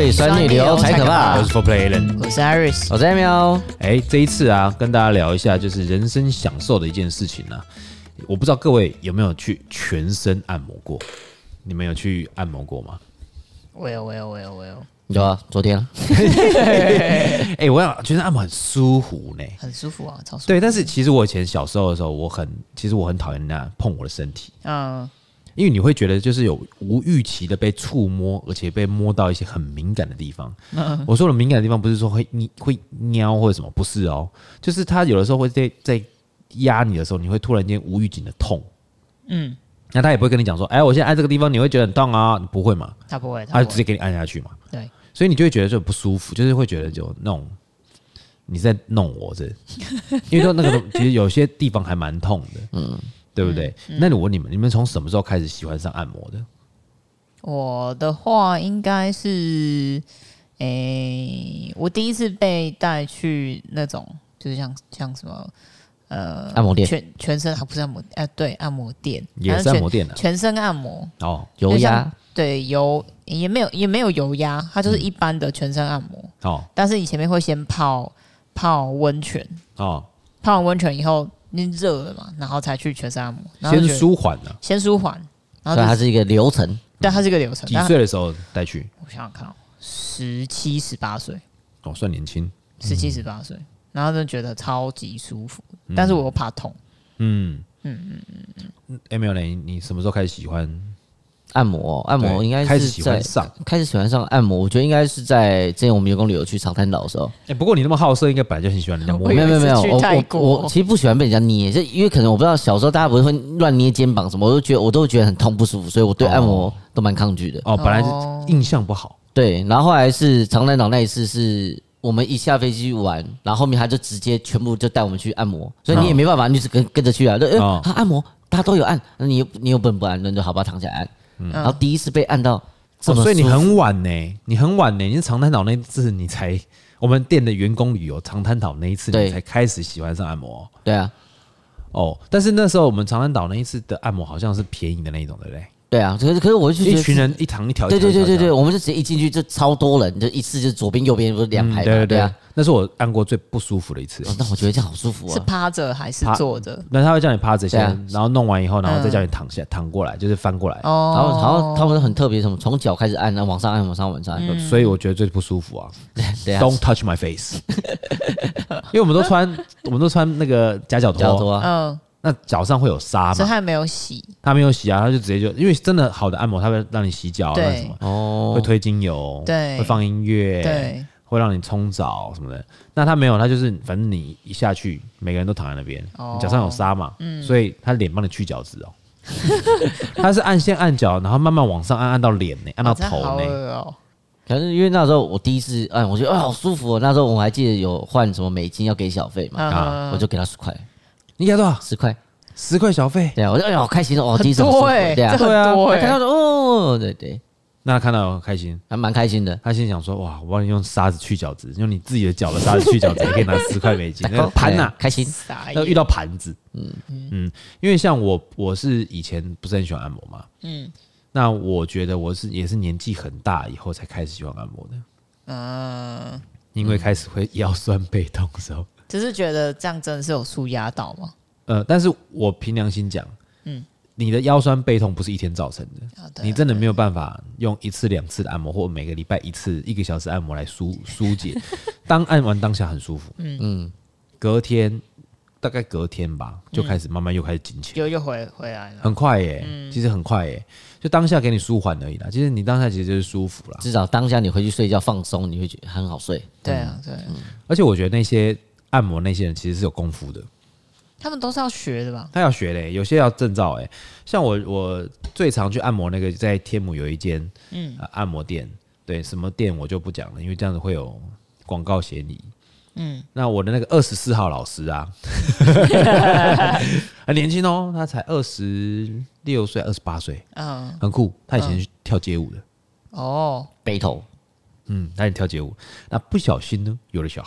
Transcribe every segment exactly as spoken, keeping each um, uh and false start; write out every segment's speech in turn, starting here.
胃酸逆流才可怕。 我是 For Play Allen， 我是 Iris， 我是 Emil。 哎，这一次啊，跟大家聊一下就是人生享受的一件事情啊。我不知道各位有没有去全身按摩过？你们有去按摩过吗？ 我有，我有，我有，我有。 有啊，昨天啊。 哎，我想全身按摩很舒服呢， 很舒服啊，超舒服。 对，但是其实我以前小时候的时候，我很其实我很讨厌人家碰我的身体， 嗯， 因为你会觉得就是有无预期的被触摸，而且被摸到一些很敏感的地方。嗯、我说的敏感的地方不是说会会喵或者什么，不是哦，就是它有的时候会在在压你的时候，你会突然间无预警的痛。嗯，那他也不会跟你讲说，哎，我现在按这个地方你会觉得很痛啊，你不会嘛？ 他不会， 他就直接给你按下去嘛。 对， 所以你就会觉得就不舒服，就是会觉得就那种你在弄我这，因为说那个其实有些地方还蛮痛的，嗯，对不对？嗯、那我问你们，你们从什么时候开始喜欢上按摩的？ 我的话应该是，诶、欸，我第一次被带去那种，就是像像什么。呃， 按摩店， 全全身，不是按摩，哎、呃，对，按摩店也是按摩店的、啊， 全身按摩哦， 油压， 对，油也没有也没有油压，它就是一般的全身按摩、嗯、哦。但是你前面会先泡泡温泉哦，泡完温泉以后你热了嘛，然后才去全身按摩， 先舒缓的， 先舒缓，然后、 就是、它是一个流程， 对，它是一个流程。 几岁的时候带去？ 我想想看、哦，十七十八岁， 哦，算年轻， 十七十八岁。然后就觉得超级舒服，嗯、但是我又怕痛。嗯嗯嗯嗯嗯。 Emil 呢？你什么时候开始喜欢按摩？按摩应该是开始喜欢上， 开始喜欢上按摩。我觉得应该是在之前我们员工旅游去长滩岛的时候。 哎、欸，不过你那么好色，应该本来就很喜欢人家摸。 没有没有没有，我我我其实不喜欢被人家捏，就因为可能我不知道小时候大家不是会乱捏肩膀什么，我都觉得我都觉得很痛不舒服，所以我对按摩都蛮抗拒的。 哦，本来是印象不好。 对，然后后来是长滩岛那一次是。我们一下飞机玩，然后后面他就直接全部就带我们去按摩，所以你也没办法，你就是跟跟着去啊。对，他按摩，大家都有按，那你你又不能不按，那就好吧，躺下来按。嗯、然后第一次被按到这么、 哦，所以你很晚呢，你很晚呢，你是长滩岛那一次你才我们店的员工旅游长滩岛那一次你才开始喜欢上按摩。 对啊， 哦，但是那时候我们长滩岛那一次的按摩好像是便宜的那一种，对不对？ 对啊，可是可是我就觉得一群人一堂一条， 对对对对对，我们就直接一进去就超多人，就一次就左边右边不是两排嘛、嗯，对对对啊， 那是我按过最不舒服的一次。 哦、但我觉得这样好舒服啊， 是趴着还是坐着？ 那他会叫你趴着先，啊、然后弄完以后，然后再叫你躺下、嗯、躺过来，就是翻过来。 哦， 然后然后他们很特别，什么从脚开始按，然后往上按，往上往上按、 嗯，所以我觉得最不舒服啊。 对啊 ，Don't touch my face， 因为我们都穿我们都穿那个夹脚拖啊，嗯。那脚上会有沙嘛？ 所以他没有洗， 他没有洗啊，他就直接就因为真的好的按摩，他会让你洗脚啊，什么哦，会推精油， 对， 会放音乐， 对， 会让你冲澡什么的。那他没有，他就是反正你一下去，每个人都躺在那边，哦、你脚上有沙嘛，嗯，所以他脸帮你去角质哦。他是按先按脚，然后慢慢往上按，按到脸呢，按到头呢。 哦可是因为那时候我第一次按，我觉得啊好舒服哦。那时候我还记得有换什么美金要给小费嘛，啊，我就给他十块。 你给他多少？ 十块， 十块小费。 对啊，我就哎呀好开心哦，第一次很多哎， 对啊， 对啊， 看到说哦，对对， 那他看到开心， 还蛮开心的。 他心想说哇，我帮你用沙子去角质，用你自己的脚的沙子去角质，也可以拿十块美金。那个盘呐， 开心。 要遇到盘子，嗯嗯，因为像我，我是以前不是很喜欢按摩嘛，嗯，那我觉得我是也是年纪很大以后才开始喜欢按摩的，嗯，因为开始会腰酸背痛的时候。 只是觉得这样真的是有舒压到吗？ 呃，但是我凭良心讲，嗯，你的腰酸背痛不是一天造成的，啊、你真的没有办法用一次两次的按摩，或每个礼拜一次一个小时按摩来疏疏解。当按完当下很舒服，嗯嗯，隔天大概隔天吧，就开始慢慢又开始紧起来， 又又回回来了， 很快耶、欸嗯，其实很快耶、欸，就当下给你舒缓而已啦。其实你当下其实就是舒服啦， 至少当下你回去睡觉放松，你会觉得很好睡。 对啊，对、嗯， 而且我觉得那些。按摩那些人其实是有功夫的， 他们都是要学的吧？ 他要学嘞，有些要证照哎。像我，我最常去按摩那个，在天母有一间嗯、呃、按摩店，对，什么店我就不讲了，因为这样子会有广告嫌疑。嗯，那我的那个二十四号老师啊，很年轻哦，他才二十六岁、二十八岁，嗯，很酷。他以前是跳街舞的， 哦， 背头， 嗯，他也跳街舞，那不小心呢有了小孩。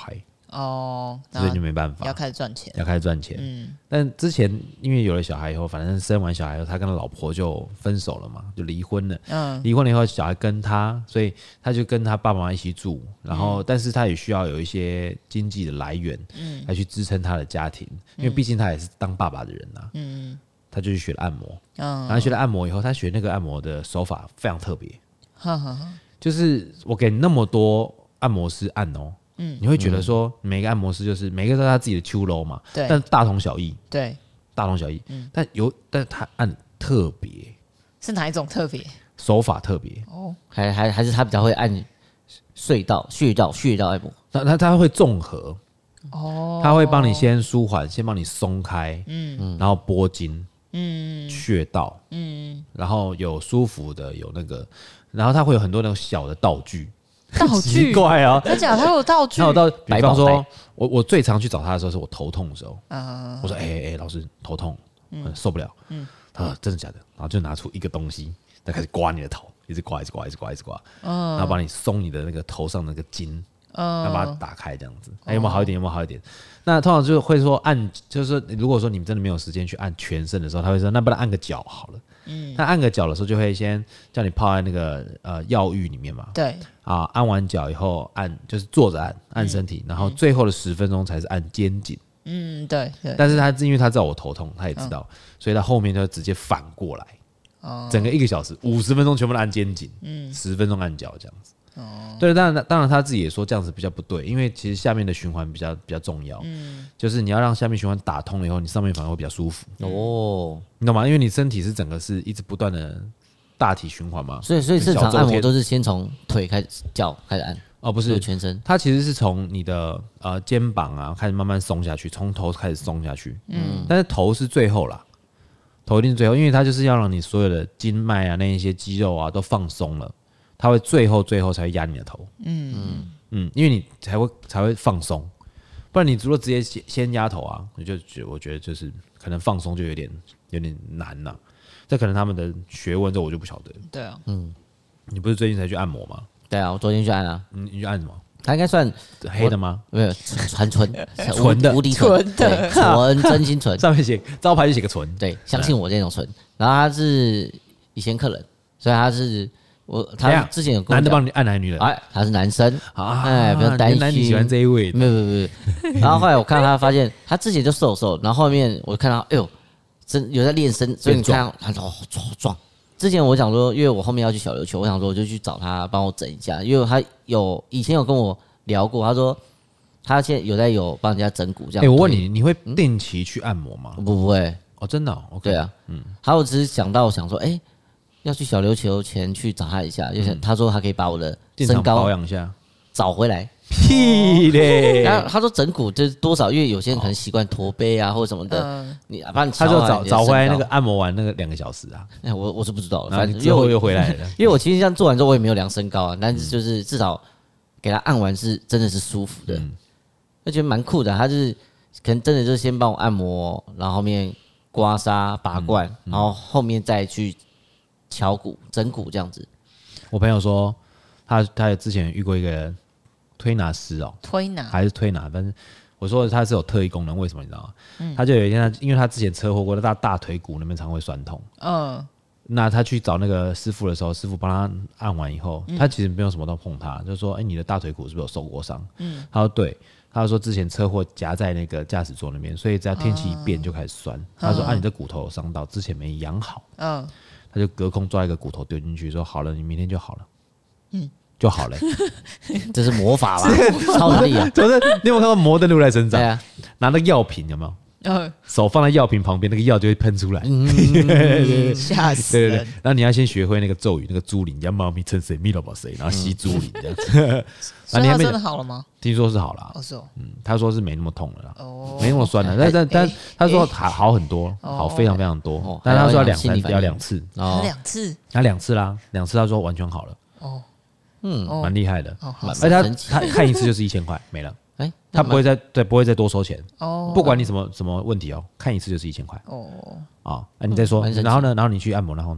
哦， 所以就没办法， 要开始赚钱， 要开始赚钱。嗯，但之前因为有了小孩以后，反正生完小孩以后，他跟他老婆就分手了嘛，就离婚了。嗯，离婚了以后，小孩跟他，所以他就跟他爸爸妈妈一起住，然后、嗯、但是他也需要有一些经济的来源，嗯，来去支撑他的家庭，因为毕竟他也是当爸爸的人呐、啊。嗯，他就去学了按摩，嗯，然后学了按摩以后，他学那个按摩的手法非常特别，就是我给那么多按摩师按哦。嗯，你会觉得说每个按摩师就是每个都是他自己的秋楼嘛，对，但大同小异， 对， 大同小异，嗯，但有，但他按特别， 是哪一种特别？ 手法特别哦，还还还是他比较会按隧道、穴道、穴道按摩， 他他他会综合，哦，他会帮你先舒缓，先帮你松开，嗯，然后拨筋，嗯，穴道，嗯，然后有舒服的，有那个，然后他会有很多那种小的道具。 道具奇怪啊！ 他讲他有道具， 他有道，比方说，我我最常去找他的时候是我头痛的时候，嗯、我说：“哎、欸、哎、欸，老师头痛，嗯、受不了。”嗯，他说：“真的假的？”然后就拿出一个东西，他开始刮你的头，一直刮，一直刮，一直刮，一直刮，嗯，然后帮你松你的那个头上那个筋，嗯，然后把它打开，这样子，哎、欸，有没有好一点？有没有好一点？那通常就会说按，就是如果说你们真的没有时间去按全身的时候，他会说：“那不然按个脚好了。”嗯，那按个脚的时候，就会先叫你泡在那个呃药浴里面嘛。 对。 啊，按完脚以后按就是坐着按按身体，嗯、然后最后的十分钟才是按肩颈。 嗯，对对。 但是他因为他知道我头痛，他也知道，嗯、所以他后面就直接反过来，哦、整个一个小时五十分钟全部都按肩颈，嗯，十分钟按脚这样子。哦，对，当然当然他自己也说这样子比较不对，因为其实下面的循环比较比较重要，嗯，就是你要让下面循环打通了以后，你上面反而会比较舒服。哦，你懂吗？因为你身体是整个是一直不断的。大体循环嘛， 所以所以正常按摩都是先从腿开始、脚开始按哦，不是全身， 它其实是从你的呃肩膀啊开始慢慢松下去，从头开始松下去，嗯，但是头是最后啦，头一定是最后，因为它就是要让你所有的经脉啊那一些肌肉啊都放松了，它会最后最后才会压你的头，嗯嗯嗯，因为你才会才会放松，不然你如果直接先先压头啊，我就觉我觉得就是可能放松就有点有点难呐、啊。这可能他们的学问，这我就不晓得。 对啊，嗯， 你不是最近才去按摩吗？ 对啊，我昨天去按啊。 嗯，你去按什么？ 它应该算黑的吗？ 没有，纯纯纯的， 无敌纯的，纯真心纯。 上面写招牌就写个纯， 对，相信我这种纯。然后他是以前客人，所以他是我，他之前有跟我男的帮你按还是女人？ 哎，他是男生啊， 哎，不要担心。 你喜欢这一位？ 没有没有没有。然后后来我看他发现，他之前就瘦瘦，然后后面我看到，哎呦。真有在练身，所以你看他哦壮壮。之前我想说，因为我后面要去小琉球，我想说我就去找他帮我整一下，因为他有以前有跟我聊过，他说他现在有在有帮人家整骨这样。 哎、欸，我问你，你会定期去按摩吗？ 嗯、不不会哦，真的、哦 okay 对啊，嗯。还有只是想到想说，哎、欸，要去小琉球前去找他一下，就是他说他可以把我的身高保养一下， 找回来。 屁嘞！ 然后他说整骨就是多少，因为有些人可能习惯驼背啊或者什么的，嗯、你把你他就找找回来那个按摩完那个两个小时啊。 哎，我我是不知道， 反正之后又回来了。 因为我其实这样做完之后，我也没有量身高啊，但是就是至少给他按完是真的是舒服的，嗯、我觉得蛮酷的。他就是可能真的就是先帮我按摩，然后后面刮痧拔罐，嗯嗯、然后后面再去敲骨整骨这样子。 我朋友说，他他之前遇过一个。推拿师哦， 推拿还是推拿，反正我说他是有特异功能，为什么你知道吗？嗯、他就有一天他，因为他之前车祸过，他大大腿骨那边常会酸痛。嗯，那他去找那个师傅的时候，师傅帮他按完以后，嗯、他其实没有什么都碰他，就说：“哎、欸，你的大腿骨是不是有受过伤？”嗯，他说：“对。”他说：“之前车祸夹在那个驾驶座那边，所以只要天气一变就开始酸。嗯”他说：“啊，你的骨头有伤到，之前没养好。”嗯，他就隔空抓一个骨头丢进去，说：“好了，你明天就好了。”嗯。就好了， 这是魔法吧？超能力啊！ 就是你有没有看过摩登如来神掌？ 对啊， 拿那个药瓶有没有？嗯，手放在药瓶旁边，那个药就会喷出来， 吓死人！ 对对对，然后你要先学会那个咒语，那个猪灵，要猫咪称谁，咪都把谁，然后吸猪灵这样子。 所以他真的好了吗？ 听说是好了， 哦是哦， 嗯，他说是没那么痛了啦，哦，没那么酸了，但但但他说好好很多，好非常非常多，但他说要两三要两次， 哦，两次， 那两次啦，两次他说完全好了，哦。嗯，蛮厉害的，而且他他看一次就是一千块没了，哎，他不会再对不会再多收钱哦，不管你什么什么问题哦，看一次就是一千块哦啊，你再说，然后呢，然后你去按摩，然后呢，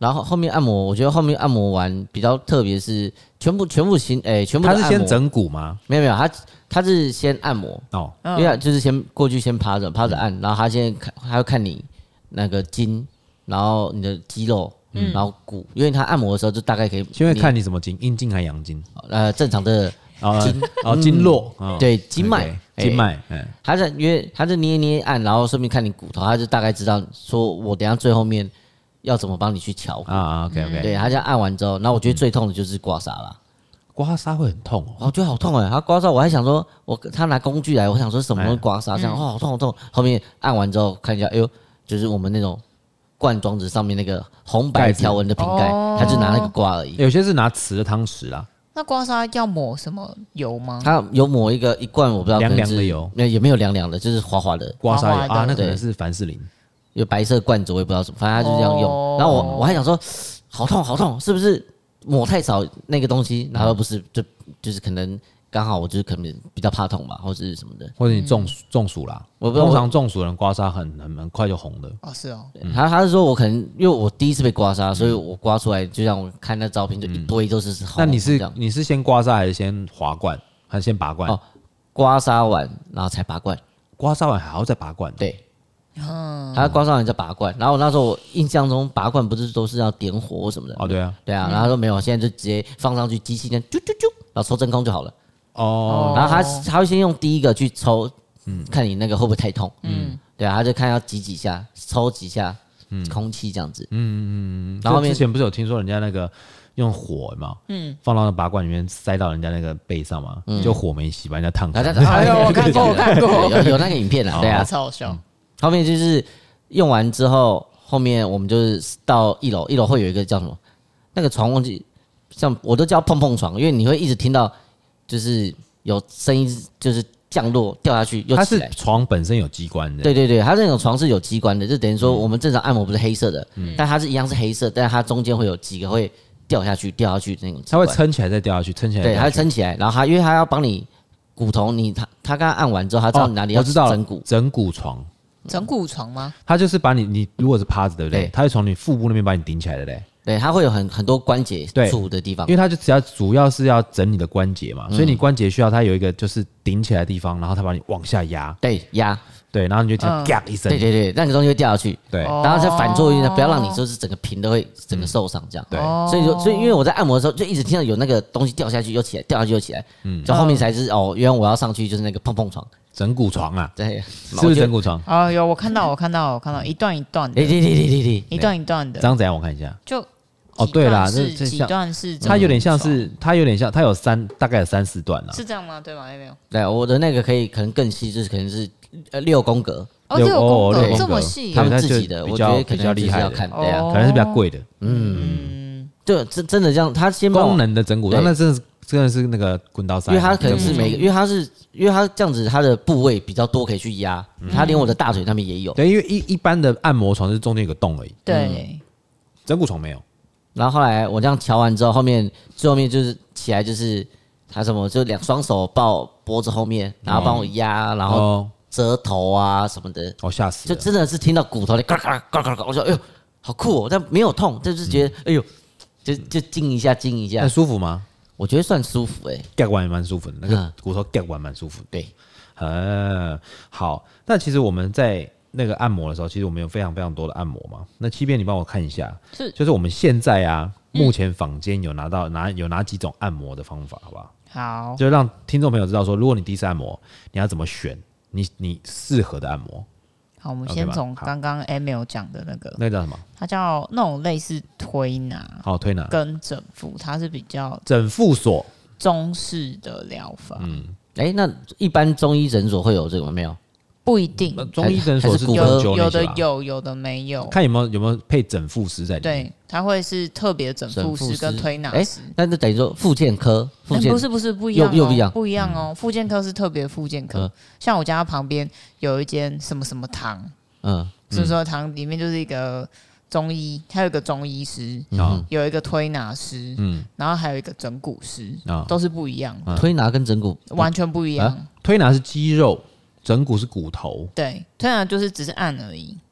然后后面按摩，我觉得后面按摩完比较特别是全部全部行诶、欸，全部他是先整骨吗？ 没有没有，他他是先按摩哦，因为就是先过去先趴着趴着按，然后他先看他要看你那个筋，然后你的肌肉，嗯，然后骨，因为他按摩的时候就大概可以先会看你什么筋，阴茎还阳茎？ 呃，正常的筋哦，经络， 对，经脉经脉，嗯， 他是因为他是捏捏按，然后顺便看你骨头，他就大概知道说我等一下最后面。要怎么帮你去瞧啊啊 ？OK OK， 对他这样按完之后，然后我觉得最痛的就是刮痧啦。 刮痧会很痛哦，我觉得好痛哎！他刮痧，我还想说，我他拿工具来，我想说什么东西刮痧，这样哦，好痛好痛。后面按完之后看一下，哎呦，就是我们那种罐装子上面那个红白条纹的瓶盖，他就拿那个刮而已。 有些是拿瓷的汤匙啦。 那刮痧要抹什么油吗？ 他有抹一个一罐，我不知道凉凉的油， 也没有凉凉的，就是滑滑的刮痧油啊，那可能是凡士林。 有白色罐子，我也不知道什么，反正他就这样用。哦、然后我我还想说，好痛好痛，是不是抹太少那个东西？然后不是，就就是可能刚好我就是可能比较怕痛吧，或者是什么的， 或者你中中暑啦。我不知道，通常中暑的人刮痧很很很快就红的。 哦，是哦。 嗯、他他是说我可能因为我第一次被刮痧，所以我刮出来就像我看那照片，就一堆都是红。 那你是你是先刮痧还是先滑罐，还是先拔罐？哦， 刮痧完然后才拔罐， 刮痧完还要再拔罐。 对。嗯，他刮痧完再拔罐，然后我那时候我印象中拔罐不是都是要点火或什么的哦，对啊， 对啊，然后他说没有，现在就直接放上去，机器呢啾啾啾，然后抽真空就好了。哦，然后他他会先用第一个去抽，嗯，看你那个会不会太痛，嗯，对啊，他就看要挤几下，抽几下，嗯，空气这样子，嗯嗯嗯， 然后之前不是有听说人家那个用火嘛，嗯，放到那拔罐里面塞到人家那个背上嘛，嗯，就火没熄，把人家烫伤。 哎呦，我看过，我看过， 有有那个影片啊，对啊， 超好笑。 后面就是用完之后，后面我们就是到一楼，一楼会有一个叫什么？那个床忘记，像我都叫碰碰床，因为你会一直听到就是有声音，就是降落掉下去又起来。 它是床本身有机关的， 对对对，它那种床是有机关的，就等于说我们正常按摩不是黑色的，嗯、但它是一样是黑色，但是它中间会有几个会掉下去、掉下去那种。 它会撑起来再掉下去，撑起来。 对，它会撑起来，然后它因为它要帮你骨头，你他他刚刚按完之后，他知道你哪里要整骨， 整骨床。 整骨床吗？ 它就是把你，你如果是趴着，对不对？它会从你腹部那边把你顶起来的嘞。 对，它会有很很多关节处的地方， 因为它就只要主要是要整你的关节嘛，嗯、所以你关节需要它有一个就是顶起来的地方，然后它把你往下压。 对，压。 对，然后你就听到嘎一声。 对对对，那个东西会掉下去。 对， 然后再反作用，不要让你就是整个平都会整个受伤这样。 对， 所以说，所以因为我在按摩的时候就一直听到有那个东西掉下去又起来，掉下去又起来。嗯，就后面才是哦，原来我要上去就是那个碰碰床。 整骨床啊， 对， 是不是整骨床？ 哦，有我看到，我看到，我看到一段一段的， 对对对对对对， 一段一段的。 这样怎样？我看一下。 就哦，对啦， 这几段是它有点像是，它有点像，它有三大概有三四段啦。 是这样吗？对吗？有没有？ 对，我的那个可以可能更细，就是可能是呃六宫格。 哦，六宫格这么细， 他们自己的，我觉得可能厉害，要看，对啊， 可能是比较贵的。 嗯，就真真的这样，它先功能的整骨，那真的是。真的是那个滚刀塞， 因为它可能是每个，因为它是因为它这样子，它的部位比较多，可以去压。它连我的大腿那边也有。 对，因为一一般的按摩床是中间有个洞而已。 对， 整骨床没有。 然后后来我这样瞧完之后，后面最后面就是起来就是他什么，就两双手抱脖子后面，然后帮我压，然后折头啊什么的。 哦，吓死！ 就真的是听到骨头的嘎嘎嘎嘎嘎，我说哎呦好酷哦，但没有痛，就是觉得哎呦，就就惊一下惊一下。 那舒服吗？ 我觉得算舒服哎、欸， 夹完也蛮舒服的，那个骨头夹完蛮舒服的。 对， 呃，好，那其实我们在那个按摩的时候，其实我们有非常非常多的按摩嘛。那七边你帮我看一下，是，就是我们现在啊，目前坊间有拿到哪有哪几种按摩的方法，好不好？ 好， 就让听众朋友知道说，如果你第一次按摩，你要怎么选你你适合的按摩。 好，我们先从刚刚 Emil 讲的那个， 那叫什么？ 它叫那种类似推拿， 好推拿跟整复，它是比较整复所中式的疗法。 嗯，哎、欸，那一般中医诊所会有这个没有？ 不一定， 中医诊所是有有的有，有的没有， 看有没有有没有配整复师在里面。 对，它会是特别整复师跟推拿师。 哎，那就等于说复健科，复健不是不是不一样、哦， 又不一样， 不一样哦。复健科是特别复健科，嗯、像我家旁边有一间什么什么堂，嗯，什么什么堂里面就是一个中医，它有一个中医师，嗯、有一个推拿师，嗯，然后还有一个整骨师，嗯、都是不一样的、 嗯。推拿跟整骨完全不一样、啊。 推拿是肌肉。整骨是骨头， 对，推拿就是只是按而已。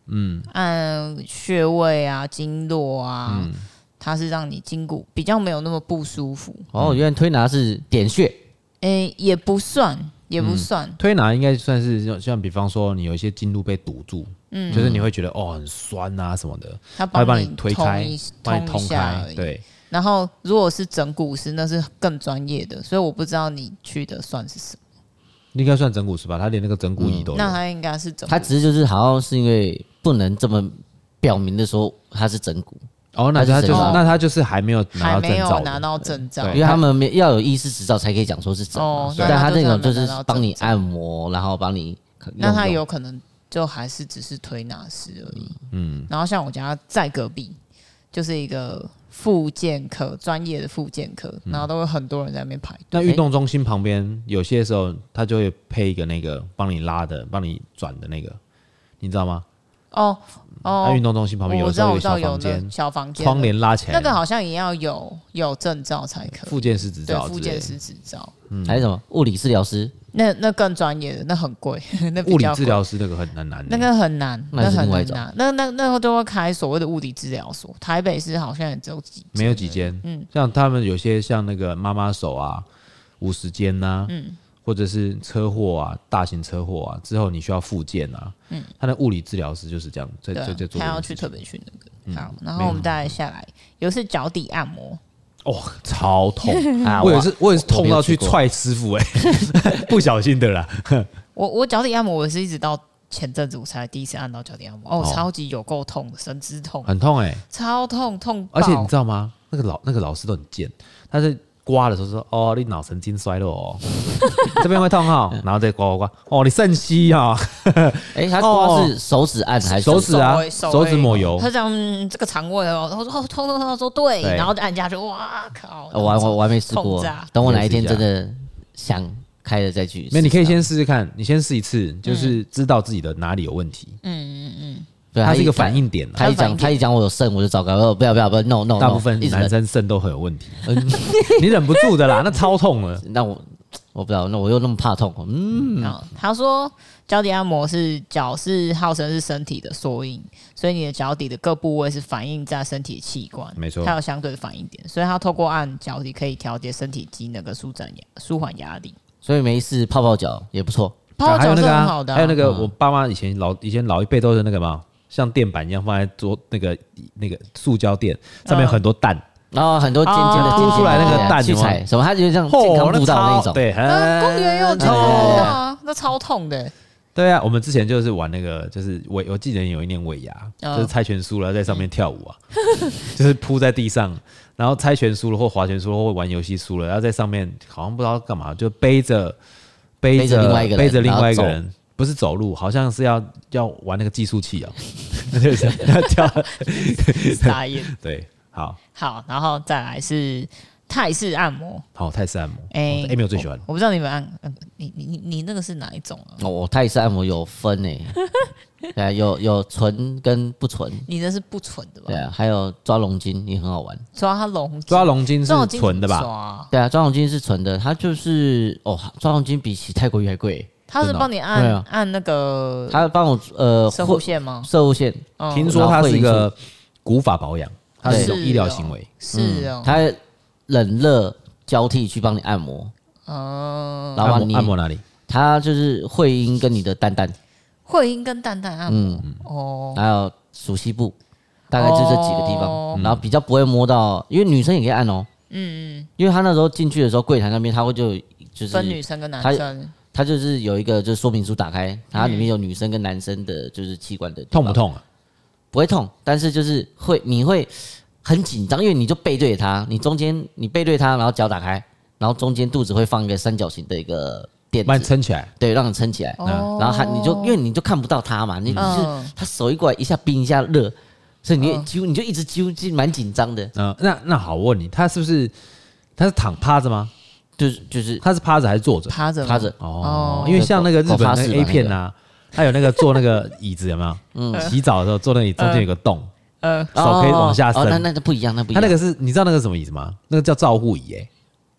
嗯，按穴位啊、经络啊，嗯、它是让你筋骨比较没有那么不舒服。 哦，原来推拿是点穴， 诶、欸，也不算，也不算。嗯、 推拿应该算是像比方说你有一些经路被堵住，嗯，就是你会觉得哦很酸啊什么的， 它会帮你推开，帮你通开，对。 然后如果是整骨师，那是更专业的，所以我不知道你去的算是什么。 应该算整骨师吧，他连那个整骨仪都有、嗯。 那他应该是整骨， 他只是就是好像是因为不能这么表明的说他是整骨。 哦，那他就是、哦、那他就是还没有拿到证照，还没有拿到证照， 因为他们要有医师执照才可以讲说是整、哦，但他那种就是帮你按摩，然后帮你用用， 那他有可能就还是只是推拿师而已。嗯，然后像我家在隔壁就是一个复健科，专业的复健科，然后都有很多人在那边排队。 那运动中心旁边有些时候他就会配一个那个帮你拉的、帮你转的那个，你知道吗？ 哦哦， 那运动中心旁边有时候有小房间， 小房间窗帘拉起来， 那个好像也要有有证照才可以， 复健师执照， 对，复健师执照， 嗯，还有什么物理治疗师？ 那那更专业的，那很贵，那物理治疗师那个很难难， 那个很难， 那很难，那那那都会开所谓的物理治疗所，台北市好像也只有几， 没有几间，嗯，像他们有些像那个妈妈手啊、五十间呐，嗯。或者是车祸啊，大型车祸啊，之后你需要复健啊，嗯，他的物理治疗师就是这样在在在做， 他要去特别去那个，嗯、好，然后我们再来下来，有是脚底按摩， 哦，超痛，啊、我也是，我也是痛到去踹师傅哎、欸，不小心的啦。 我我脚底按摩，我是一直到前阵子我才第一次按到脚底按摩，哦，超级有够痛的，神之痛， 很痛哎、欸， 超痛痛爆， 而且你知道吗？那个老那个老师都很贱，他是。刮的时候说：“哦，你脑神经衰弱哦，这边会痛哈、哦，然后再刮刮刮，哦，你肾虚哈。 哎、欸，他刮是手指按还是手指啊？手指抹油。 他讲、嗯、这个肠胃哦，然后说哦痛痛痛，说对，对然后就按下去，哇靠！ 我我我还没试过，等我哪一天真的想开了再去。 没，你可以先试试看，你先试一次，就是知道自己的哪里有问题。嗯嗯嗯。”对，它是一个反应点、啊。 他一讲，他一讲我有肾，我就糟糕了。不要不要不要 ，no no。 大部分男生肾都很有问题，你忍不住的啦，那超痛了。 那我我不知道，那我又那么怕痛。嗯， 嗯他说脚底按摩是脚是号称是身体的缩影，所以你的脚底的各部位是反映在身体的器官， 没错， 它有相对的反应点，所以它透过按脚底可以调节身体机能跟舒展舒缓压力。 所以没事泡泡脚也不错， 泡泡脚是很好的、啊。 还有那个我爸妈以前老以前老一辈都是那个嘛。像垫板一样放在桌那个那个塑胶垫上面有很多蛋， 然后很多尖尖的尖出来那个蛋去踩什么，它就像健康步道那种。 对， 公园也有健康步道啊，那超痛的。 对啊，我们之前就是玩那个，就是尾，我记得有一年尾牙，就是猜拳输了在上面跳舞啊，就是扑在地上，然后猜拳输了或划拳输了或玩游戏输了，然后在上面好像不知道干嘛，就背着背着另外一个背着另外一个人。不是走路，好像是要要玩那个计数器啊，要跳， 傻眼。 对，好， 好，然后再来是泰式按摩。 好，泰式按摩，哎、欸， Amy 最喜欢。 我不知道你们按，你你你那个是哪一种啊？ 哦，泰式按摩有分诶，对啊，有有纯跟不纯。 你那是不纯的吧？ 对啊，还有抓龙筋也很好玩。 抓它龙， 抓龙筋是纯的吧？ 对啊，抓龙筋是纯的，它就是哦，抓龙筋比起泰国鱼还贵。 他是帮你按、啊、按那个， 他帮我呃射护线吗？ 射护线， 哦、 听说它是一个古法保养，它是一种医疗行为， 是哦。 它、嗯、冷热交替去帮你按摩，哦，然后你按摩哪里？ 它就是会阴跟你的蛋蛋， 会阴跟蛋蛋按摩，嗯、哦， 还有属膝部，大概就这几个地方，哦、然后比较不会摸到，因为女生也可以按哦，嗯嗯，因为他那时候进去的时候，柜台那边他会就就是分女生跟男生。 它就是有一个就是说明书打开，它里面有女生跟男生的就是器官的。 痛不痛啊？ 不会痛，但是就是会你会很紧张，因为你就背对它，你中间你背对它，然后脚打开，然后中间肚子会放一个三角形的一个垫子， 把你撑起来， 对，让你撑起来。哦、然后它你就因为你就看不到它嘛，你就是他手一过来一下冰一下热，所以你揪你就一直揪，就蛮紧张的。 嗯，那那好，我问你，他是不是他是躺趴着吗？ 就是就是他是趴着还是坐着？ 趴着趴着哦，因为像那个日本那个 A 片啊，他有那个坐那个椅子有没有？嗯，洗澡的时候坐那个椅中间有个洞，呃，手可以往下伸。 哦，那那个不一样，那不一样。 他那个是你知道那个什么椅子吗？那个叫照护椅，哎，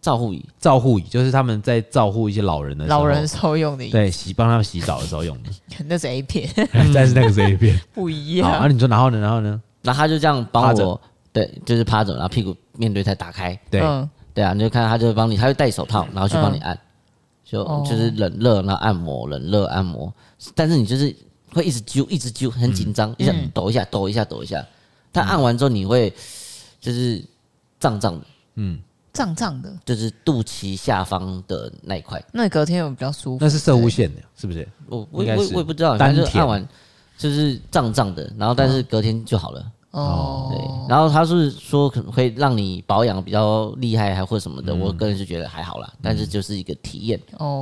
照护椅， 照护椅就是他们在照护一些老人的时候， 老人时候用的椅子， 对，洗帮他们洗澡的时候用的。 那是 A 片， 但是那个是 A 片， 不一样。 好，啊，你说然后呢？然后呢？ 然后他就这样帮我，对，就是趴着，然后屁股面对才打开， 对， 嗯、 对啊，你就看他就帮你，他会戴手套，然后去帮你按，嗯、就、哦、就是冷热，然后按摩，冷热按摩，但是你就是会一直揪，一直揪，很紧张，嗯、一下抖一下，抖一下，抖一下。他按完之后你会就是胀胀的， 嗯。 胀胀的， 就是肚脐下方的那一块。 那隔天有比较舒服？ 那是射物线的，是不是？ 我我我我也不知道，反正就按完就是胀胀的，然后但是隔天就好了。哦，对，然后他是说可能会让你保养比较厉害，还或什么的。嗯、我个人是觉得还好啦，但是就是一个体验。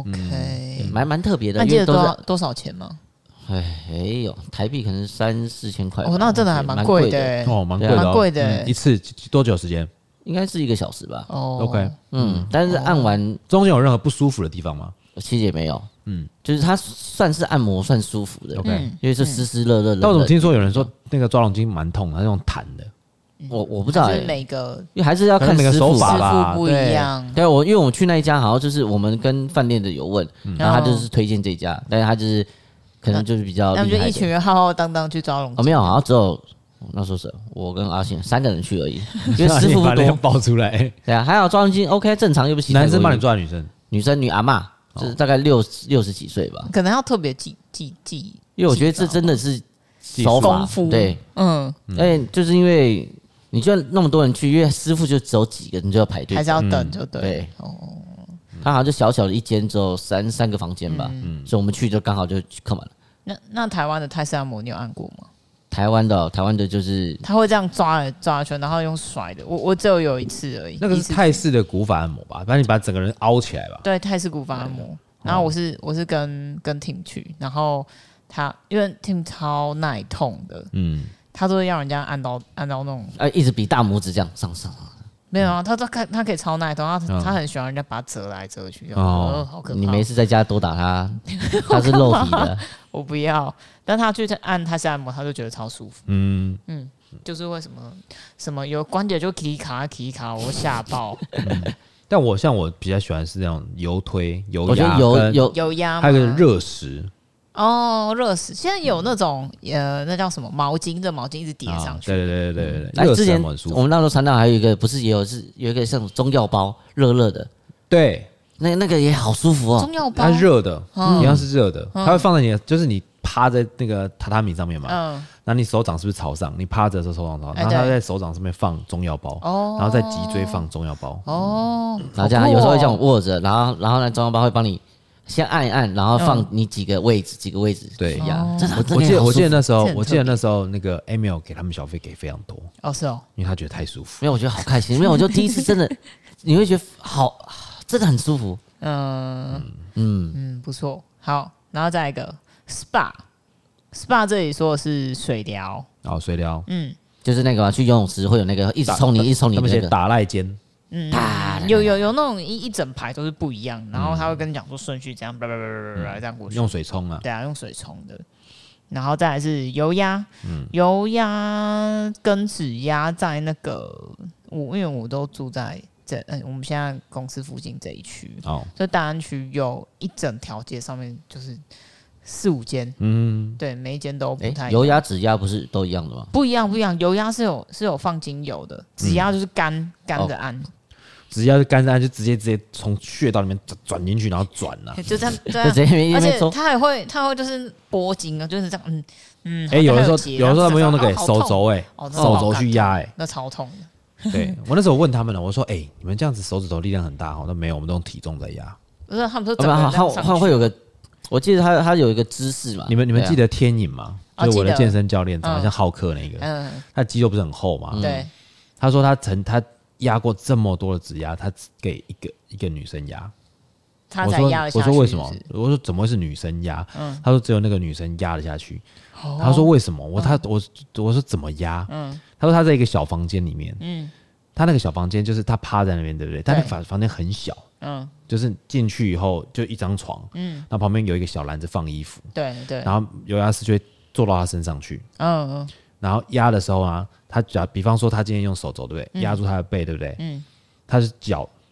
OK， 蛮蛮特别的。 那记得多少多少钱吗？ 哎，没有，台币可能三四千块。 哦，那真的还蛮贵的。 哦，蛮贵的， 蛮贵的。 一次多久时间？ 应该是一个小时吧。 哦 ，OK， 嗯，但是按完中间有任何不舒服的地方吗？ 其实也没有，嗯，就是它算是按摩算舒服的 ，OK， 因为是湿湿热热的。 但我怎么听说有人说那个抓龙筋蛮痛的，它是用弹的， 我我不知道哎， 每个因为还是要看师傅法吧， 师傅不一样。 对，我因为我去那一家好像就是我们跟饭店的有问，然后他就是推荐这家，但是他就是可能就是比较， 那就一群人浩浩荡荡去抓龙筋， 哦没有，好像只有。那时候是我跟阿信三个人去而已，因为师傅不多， 爆出来。 对啊，还好抓龙筋 OK 正常，又不是男生帮你抓女生， 女生女阿嬷，就是大概六六十几岁吧， 可能要特别记记记， 因为我觉得这真的是手法，对，嗯，哎，就是因为你就那么多人去，因为师傅就只有几个，你就要排队， 还是要等就对。 对，哦，他好像就小小的一间，只有三三个房间吧，嗯，所以我们去就刚好就客满了。 那那台湾的泰式按摩你有按过吗？ 台湾的，台湾的就是他会这样抓抓圈，然后用甩的。我我只有有一次而已。 那个是泰式的古法按摩吧？反正你把整个人凹起来吧。 对，泰式古法按摩。然后我是我是跟跟 Tim 去，然后他因为 Tim 超耐痛的，嗯，他都会让人家按到按到那种， 哎，一直比大拇指这样上上。 没有啊，他他他他可以超耐痛，他他很喜欢人家把它折来折去，哦，好可怕。 你没事在家多打他，他是肉体的。 我不要，但他去按泰式按摩，他就觉得超舒服。嗯嗯，就是为什么什么有关节就起卡起卡，我吓爆。 嗯、但我像我比较喜欢是那种油推、油压， 我觉得油油油压， 还有个热石。 哦，热石现在有那种呃，那叫什么毛巾？这毛巾一直叠上去。 对对对对对对。之前我们那时候传到还有一个，不是也有是有一个像中药包，热热的。 对。 那那个也好舒服哦， 中药包它热的，一样是热的，它会放在你的，就是你趴在那个榻榻米上面嘛，嗯，那你手掌是不是朝上？你趴着的时候手掌朝上，然后它在手掌上面放中药包，哦，然后在脊椎放中药包，哦， 然后这样有时候会这样握着，然后然后呢中药包会帮你先按一按，然后放你几个位置，几个位置， 对呀， 我我记得我记得那时候，我记得那时候那个 Emil 给他们小费给非常多， 哦是哦， 因为他觉得太舒服， 因为我觉得好开心，因为我就第一次真的，你会觉得好，真的很舒服。 嗯嗯嗯，不错，好，然后再一个 S P A，S P A 这里说的是水疗， 哦，水疗， 嗯，就是那个去游泳池会有那个一直冲你，一直冲你， 他们写打赖肩， 嗯，有有有那种一一整排都是不一样，然后他会跟你讲说顺序这样，叭叭叭叭叭这样过去， 用水冲啊， 对啊，用水冲的，然后再来是油压，嗯，油压跟指压在那个我因为我都住在。嗯，我们现在公司附近这一区，哦，所以大安区有一整条街上面就是四五间，嗯，对，每一间都不太一样。 油压、指压不是都一样的吗？ 不一样，不一样。油压是有是有放精油的，指压就是干干的按， 指压是干的按，就直接直接从穴道里面转进去，然后转了， 就这样，对、啊，而且它还会它会就是拨筋啊，就是这样，嗯嗯。 哎、欸，有的时候有的时候他们用那个手肘，哎，手肘去压，哎， 那超痛的。 对我那时候问他们了，我说：“哎、欸，你们这样子手指头力量很大哈？”那没有，我们都用体重在压。 不是，他们说整个人他他会有个，我记得他他有一个姿势嘛。 你们你们记得天颖吗？啊、就是我的健身教练，长得像浩克那个，嗯，他肌肉不是很厚嘛？ 对。 他说他曾他压过这么多的指压，他只给一个一个女生压。 他才压了下去。 我说为什么？我说怎么会是女生压？嗯，他说只有那个女生压了下去。哦、他说为什么？我他我我说怎么压？嗯，他说他在一个小房间里面，嗯。他那个小房间就是他趴在那边，对不对？他那个房房间很小，嗯，就是进去以后就一张床，嗯，然后旁边有一个小篮子放衣服， 对对， 然后油压师就会坐到他身上去，嗯嗯，然后压的时候啊，他假比方说他今天用手肘，对不对？压住他的背，对不对？嗯，他是脚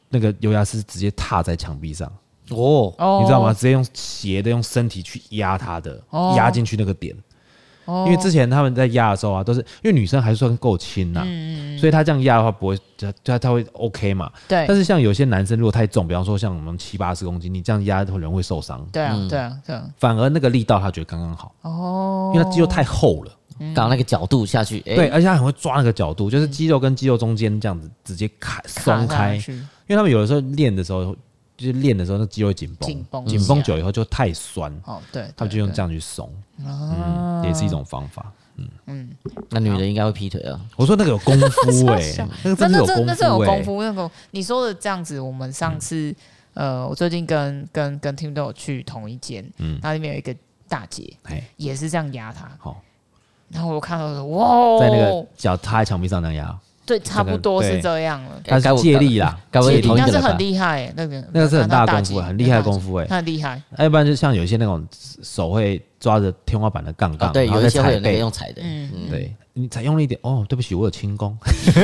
那个油压是直接踏在墙壁上哦， 你知道吗？直接用斜的用身体去压它的，压进去那个点。因为之前他们在压的时候啊，都是因为女生还算够轻呐、啊嗯，所以他这样压的话不会，他他会 OK 嘛。 对。 但是像有些男生如果太重，比方说像我们七八十公斤，你这样压人会受伤。 对啊，嗯、对啊，对啊。 反而那个力道他觉得刚刚好。哦。因为他肌肉太厚了， 刚刚那个角度下去，欸、 对，而且他很会抓那个角度，就是肌肉跟肌肉中间这样子直接开松开。因为他们有的时候练的时候。就是练的时候，那肌肉紧绷，紧绷，紧绷久以后就太酸。哦，对，他们就用这样去松，嗯，也是一种方法。嗯嗯， 那女人应该会劈腿啊？ 我说那个有功夫哎、欸，那个真的有功夫、欸， 那是有功夫。那个你说的这样子，我们上次、嗯、呃，我最近跟跟跟 Tim 都有去同一间，嗯，那里面有一个大姐，也是这样压他。好，然后我看到说，哇， 在那个脚踏在墙壁上那样压。 对，差不多是这样了。 他是借力啦， 借力，那是很厉害、欸，那个那个是很大的功夫，很厉害的功夫哎、欸， 他很厉害。 要不然就像有一些那种手会抓着天花板的杠杠、 哦，对，有一些会有那个用踩的，嗯， 对你踩用力一点，哦，对不起，我有轻功，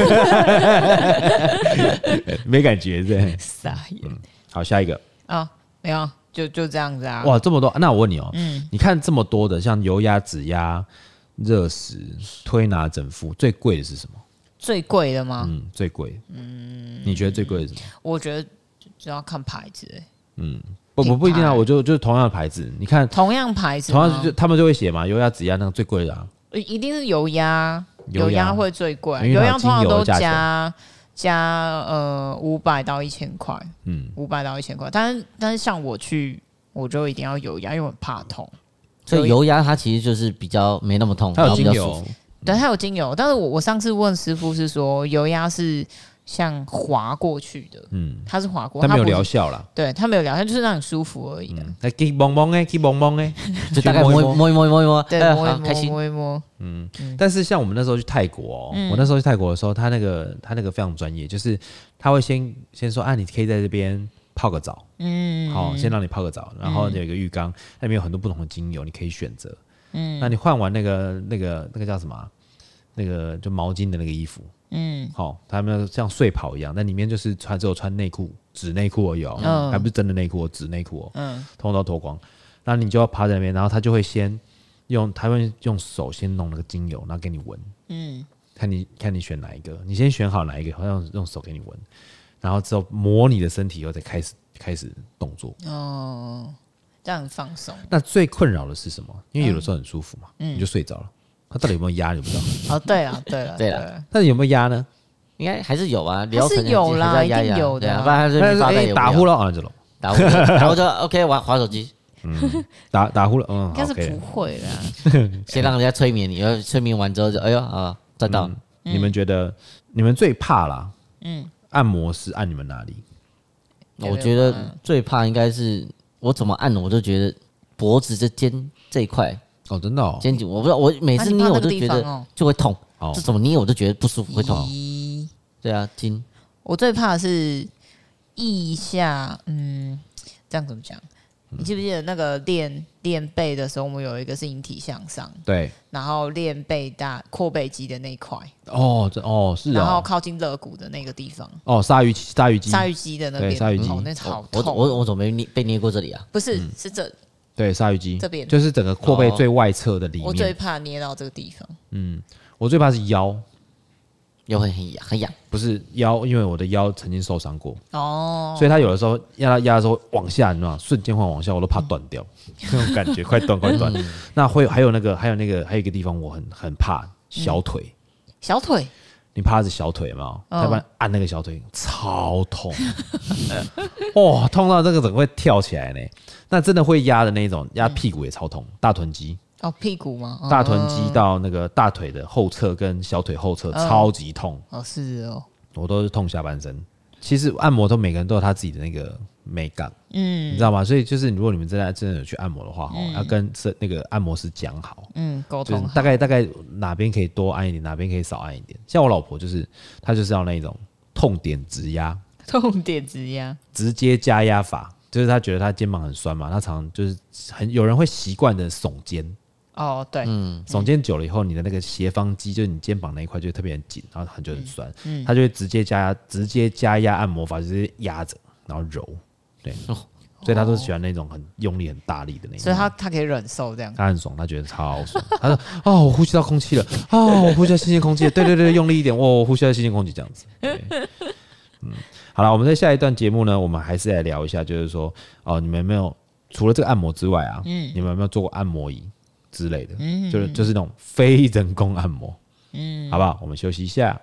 没感觉对。 傻眼、嗯。 好，下一个啊，没有，就就这样子啊。 哇，这么多，那我问你哦，嗯，你看这么多的，像油压、指压、热石、推拿、整复，最贵的是什么？ 最贵的吗？ 嗯，最贵。嗯，你觉得最贵的是什么？ 我觉得就要看牌子、欸。 嗯，不不不一定啊，我就就同样的牌子，你看同样牌子， 同样就他们就会写嘛，油压、指压那个最贵的啊。 一定是油压，油压会最贵，油压通常都加加呃五百到一千块，嗯，五百到一千块。但是但是像我去，我就一定要油压，因为我很怕痛。 所以油压它其实就是比较没那么痛， 它有精油。 对，它有精油，但是我我上次问师傅是说油压是像滑过去的，嗯，它是滑过， 它没有疗效啦， 对，它没有疗效，就是让你舒服而已的。 它给蒙蒙哎，给蒙蒙哎， 就大概摸一摸摸一摸摸一摸， 对，摸一摸摸一摸， 嗯。但是像我们那时候去泰国哦，嗯、我那时候去泰国的时候，他那个他那个非常专业，就是他会先先说啊，你可以在这边泡个澡，嗯，好，先让你泡个澡，然后有一个浴缸，那边有很多不同的精油，你可以选择。嗯，那你换完那个那个那个叫什么、啊？那个就毛巾的那个衣服，嗯，好、哦，他们像睡袍一样，但里面就是穿只有穿内裤，纸内裤而已哦，嗯、还不是真的内裤，纸内裤哦，嗯，通通都脱光，那你就要趴在那边，然后他就会先用，他会用手先弄那个精油，然后给你闻，嗯，看你看你选哪一个，你先选好哪一个，好像用手给你闻，然后之后摸你的身体以后再开始开始动作， 哦，这样很放松。 那最困扰的是什么？因为有的时候很舒服嘛，嗯、你就睡着了。他到底有没有压？你不知道。 哦，对了，对了， 对了， 但是有没有压呢？ 应该还是有啊， 还是有啦，一定有的、啊。 不然他就发呆打呼了啊，这种打呼，然后就 OK 玩滑手机， 嗯，打打呼了，嗯， 应该是不会啦。 先让人家催眠你，然后催眠完之后就哎呦啊，赚到、嗯。 你们觉得你们最怕啦？嗯，按摩是按你们哪里？ 我觉得最怕应该是我怎么按，我就觉得脖子这肩这一块。 哦，真的哦， 肩颈我不知道，我每次捏我就觉得就会痛，哦、这怎么捏我就觉得不舒服，会痛。对啊，筋。 我最怕的是腋下，嗯，这样怎么讲？你记不记得那个练练背的时候，我们有一个是引体向上， 对， 然后练背大阔背肌的那一块， 哦，这哦是、哦， 然后靠近肋骨的那个地方， 哦，鲨鱼鲨鱼肌， 鲨鱼肌的那边， 鲨鱼肌， 哦，那好痛。 我我我怎么没捏被捏过这里啊？ 不是，嗯、是这。 对，鲨鱼肌这边就是整个阔背最外侧的里面。 我最怕捏到这个地方。 嗯，我最怕是腰， 腰会很痒，很痒。 不是腰，因为我的腰曾经受伤过。哦，所以他有的时候压他压的时候往下，你知道吗？瞬间换往下，我都怕断掉，那种感觉快断快断。那会还有那个还有那个还有一个地方我很很怕小腿， 嗯、小腿。 你趴着小腿嘛，要不然按那个小腿超痛，哇，痛到这个整个会跳起来呢。那真的会压的那种，压屁股也超痛，大臀肌。 哦，屁股吗？ 大臀肌到那个大腿的后侧跟小腿后侧超级痛。 哦，是哦， 我都是痛下半身。其实按摩都每个人都有他自己的那个美感，嗯，你知道吗？所以就是如果你们真的真的有去按摩的话，嗯、要跟那个按摩师讲好， 嗯，沟通好， 大概大概哪边可以多按一点，哪边可以少按一点。像我老婆就是，她就是要那种痛点直压， 痛点直压， 直接加压法，就是她觉得她肩膀很酸嘛，她常常就是很有人会习惯的耸肩。 哦，对， 嗯，耸肩久了以后，你的那个斜方肌，就是你肩膀那一块就会特别紧，然后很就很酸，嗯，它就会直接加直接加压按摩法，就是压着然后揉，对。哦，所以他都喜欢那种很用力、很大力的那种， 所以他他可以忍受这样， 他很爽，他觉得超爽。他说：“哦，我呼吸到空气了，哦，我呼吸到新鲜空气了，对对对，用力一点，哦，我呼吸到新鲜空气这样子。”嗯，好了，我们在下一段节目呢，我们还是来聊一下，就是说，哦，你们有没有除了这个按摩之外啊，嗯，你们有没有做过按摩椅之类的？嗯，就是就是那种非人工按摩，嗯，好不好？我们休息一下。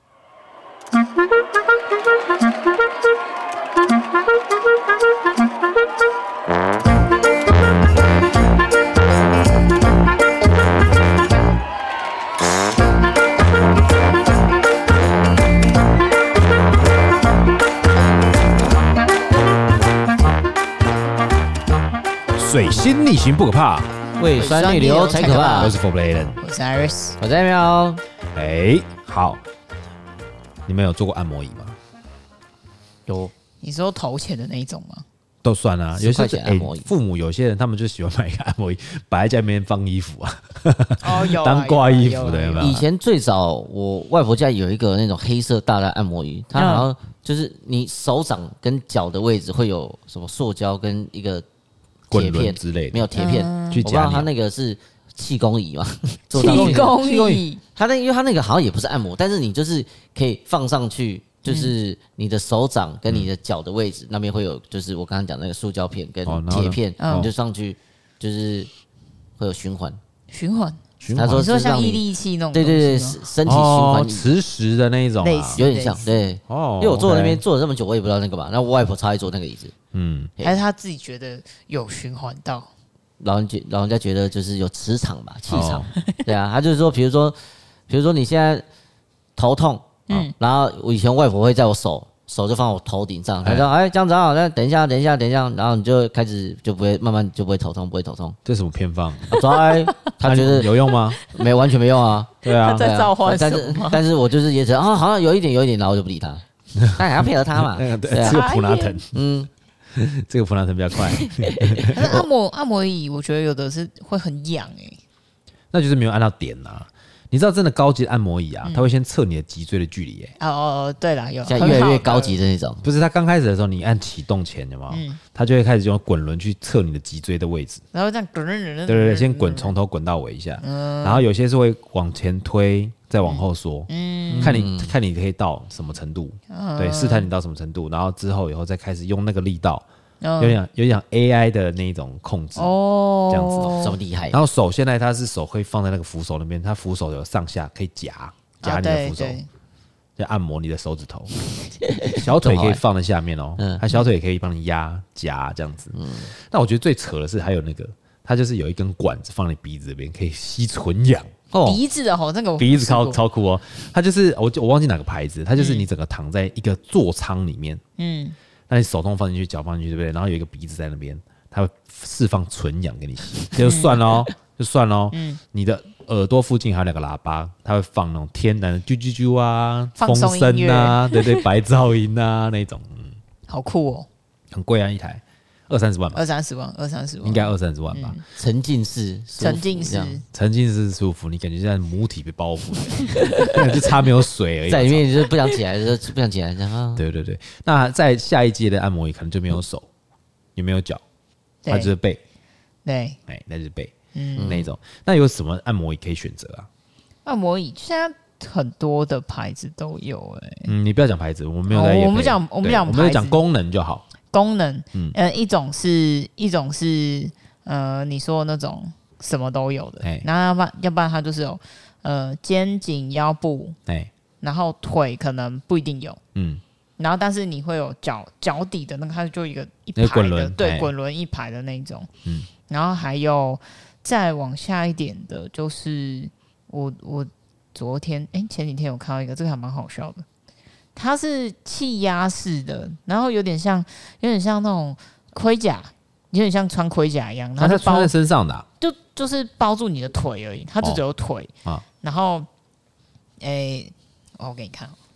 水星逆行不可怕， 胃酸逆流才可怕。 我是 Fourplayden， 我是 Iris， 我是艾喵。 哎，好，你们有做过按摩椅吗？ 有。 你说投钱的那一种吗？ 都算啊，有些按摩椅、欸，父母有些人他们就喜欢买一个按摩椅，摆在家里面放衣服啊， 哦有啊当挂衣服的有没有？ 以前最早我外婆家有一个那种黑色大的按摩椅，它好像就是你手掌跟脚的位置会有什么塑胶跟一个铁片之类的， 没有铁片，嗯、我不知道它那个是气功椅嘛？ 气功椅， 它那因为它那个好像也不是按摩，但是你就是可以放上去。就是你的手掌跟你的脚的位置、嗯、那边会有，就是我刚刚讲那个塑胶片跟铁片，哦、你就上去，就是会有循环， 循环。 他说你说像毅力器那种， 对对对，身体循环磁石的那一种、啊， 有点像，对。哦，因为我坐在那边坐了这么久，我也不知道那个吧。那我外婆超爱坐那个椅子， 嗯，还是他自己觉得有循环到， 老人觉老人家觉得就是有磁场吧，气场，哦、对啊，他就是说，比如说，比如说你现在头痛。嗯，然后我以前外婆会在我手手就放我头顶上，她说：“哎，这样子好，那等一下，等一下，等一下。”然后你就开始就不会慢慢就不会头痛，不会头痛。 这是什么偏方？ 抓，他觉得有用吗？ 没，完全没用啊。 对啊， 在召唤什么？ 但是但是我就是也觉得啊，好像有一点有一点，然后我就不理他。但还要配合他嘛。 对，这个普拉腾，嗯，这个普拉腾比较快。 可是按摩按摩椅，我觉得有的是会很痒哎、欸。 那就是没有按到点啊。你知道真的高级的按摩椅啊，它会先测你的脊椎的距离、欸。 哦哦，对啦，有现在越来越高级的那种。 不是，它刚开始的时候，你按启动前有没有？嗯、它就会开始用滚轮去测你的脊椎的位置。 然后这样滚滚滚。 对对对，先滚，从头滚到尾一下。嗯、然后有些是会往前推，再往后缩。嗯。看你看你可以到什么程度？嗯、对，试探你到什么程度，然后之后以后再开始用那个力道。有点有点 A I 的那种控制哦，这样子这么厉害。 然后手现在它是手会放在那个扶手那边，它扶手有上下可以夹夹你的扶手，就按摩你的手指头。小腿可以放在下面哦，它小腿也可以帮你压夹这样子。嗯，但我觉得最扯的是还有那个，它就是有一根管子放在鼻子这边，可以吸纯氧。 哦、鼻子的哦，那个鼻子超超酷哦，它就是我我忘记哪个牌子，它就是你整个躺在一个座舱里面，嗯。那你手动放进去，脚放进去，对不对？然后有一个鼻子在那边，它会释放纯氧给你吸，就算咯，就算咯。嗯，你的耳朵附近还有两个喇叭，它会放那种天然的啾啾啾啊、风声啊，对对，白噪音啊那种。嗯， 好酷哦， 很贵啊，一台二三十万吧， 二三十万，二三十万， 应该二三十万吧。 嗯、沉浸式， 沉浸式， 沉浸式舒服，你感觉像母体被包覆，就差没有水而已， 在里面就是不想起来，就是不想起来，这样。 对对对，那在下一届的按摩椅可能就没有手，也没有脚，它就是背， 对， 哎，那就是背，嗯，那一种。那有什么按摩椅可以选择啊？ 按摩椅现在很多的牌子都有，哎， 嗯，你不要讲牌子，我们没有在业配， 我们讲我们讲， 我们讲功能就好。 功能，嗯，呃，一种是一种是呃，你说那种什么都有的，然后要不然要不然它就是有呃肩颈腰部，哎，然后腿可能不一定有，嗯，然后但是你会有脚脚底的那个，它就一个一排的， 滚轮， 对，滚轮一排的那种，嗯，然后还有再往下一点的，就是我我昨天哎、欸、前几天有看到一个，这个还蛮好笑的。它是气压式的，然后有点像，有点像那种盔甲，有点像穿盔甲一样。 它是穿在身上的、啊， 就就是包住你的腿而已，它就只有腿。哦、然后，诶、欸，我给你看，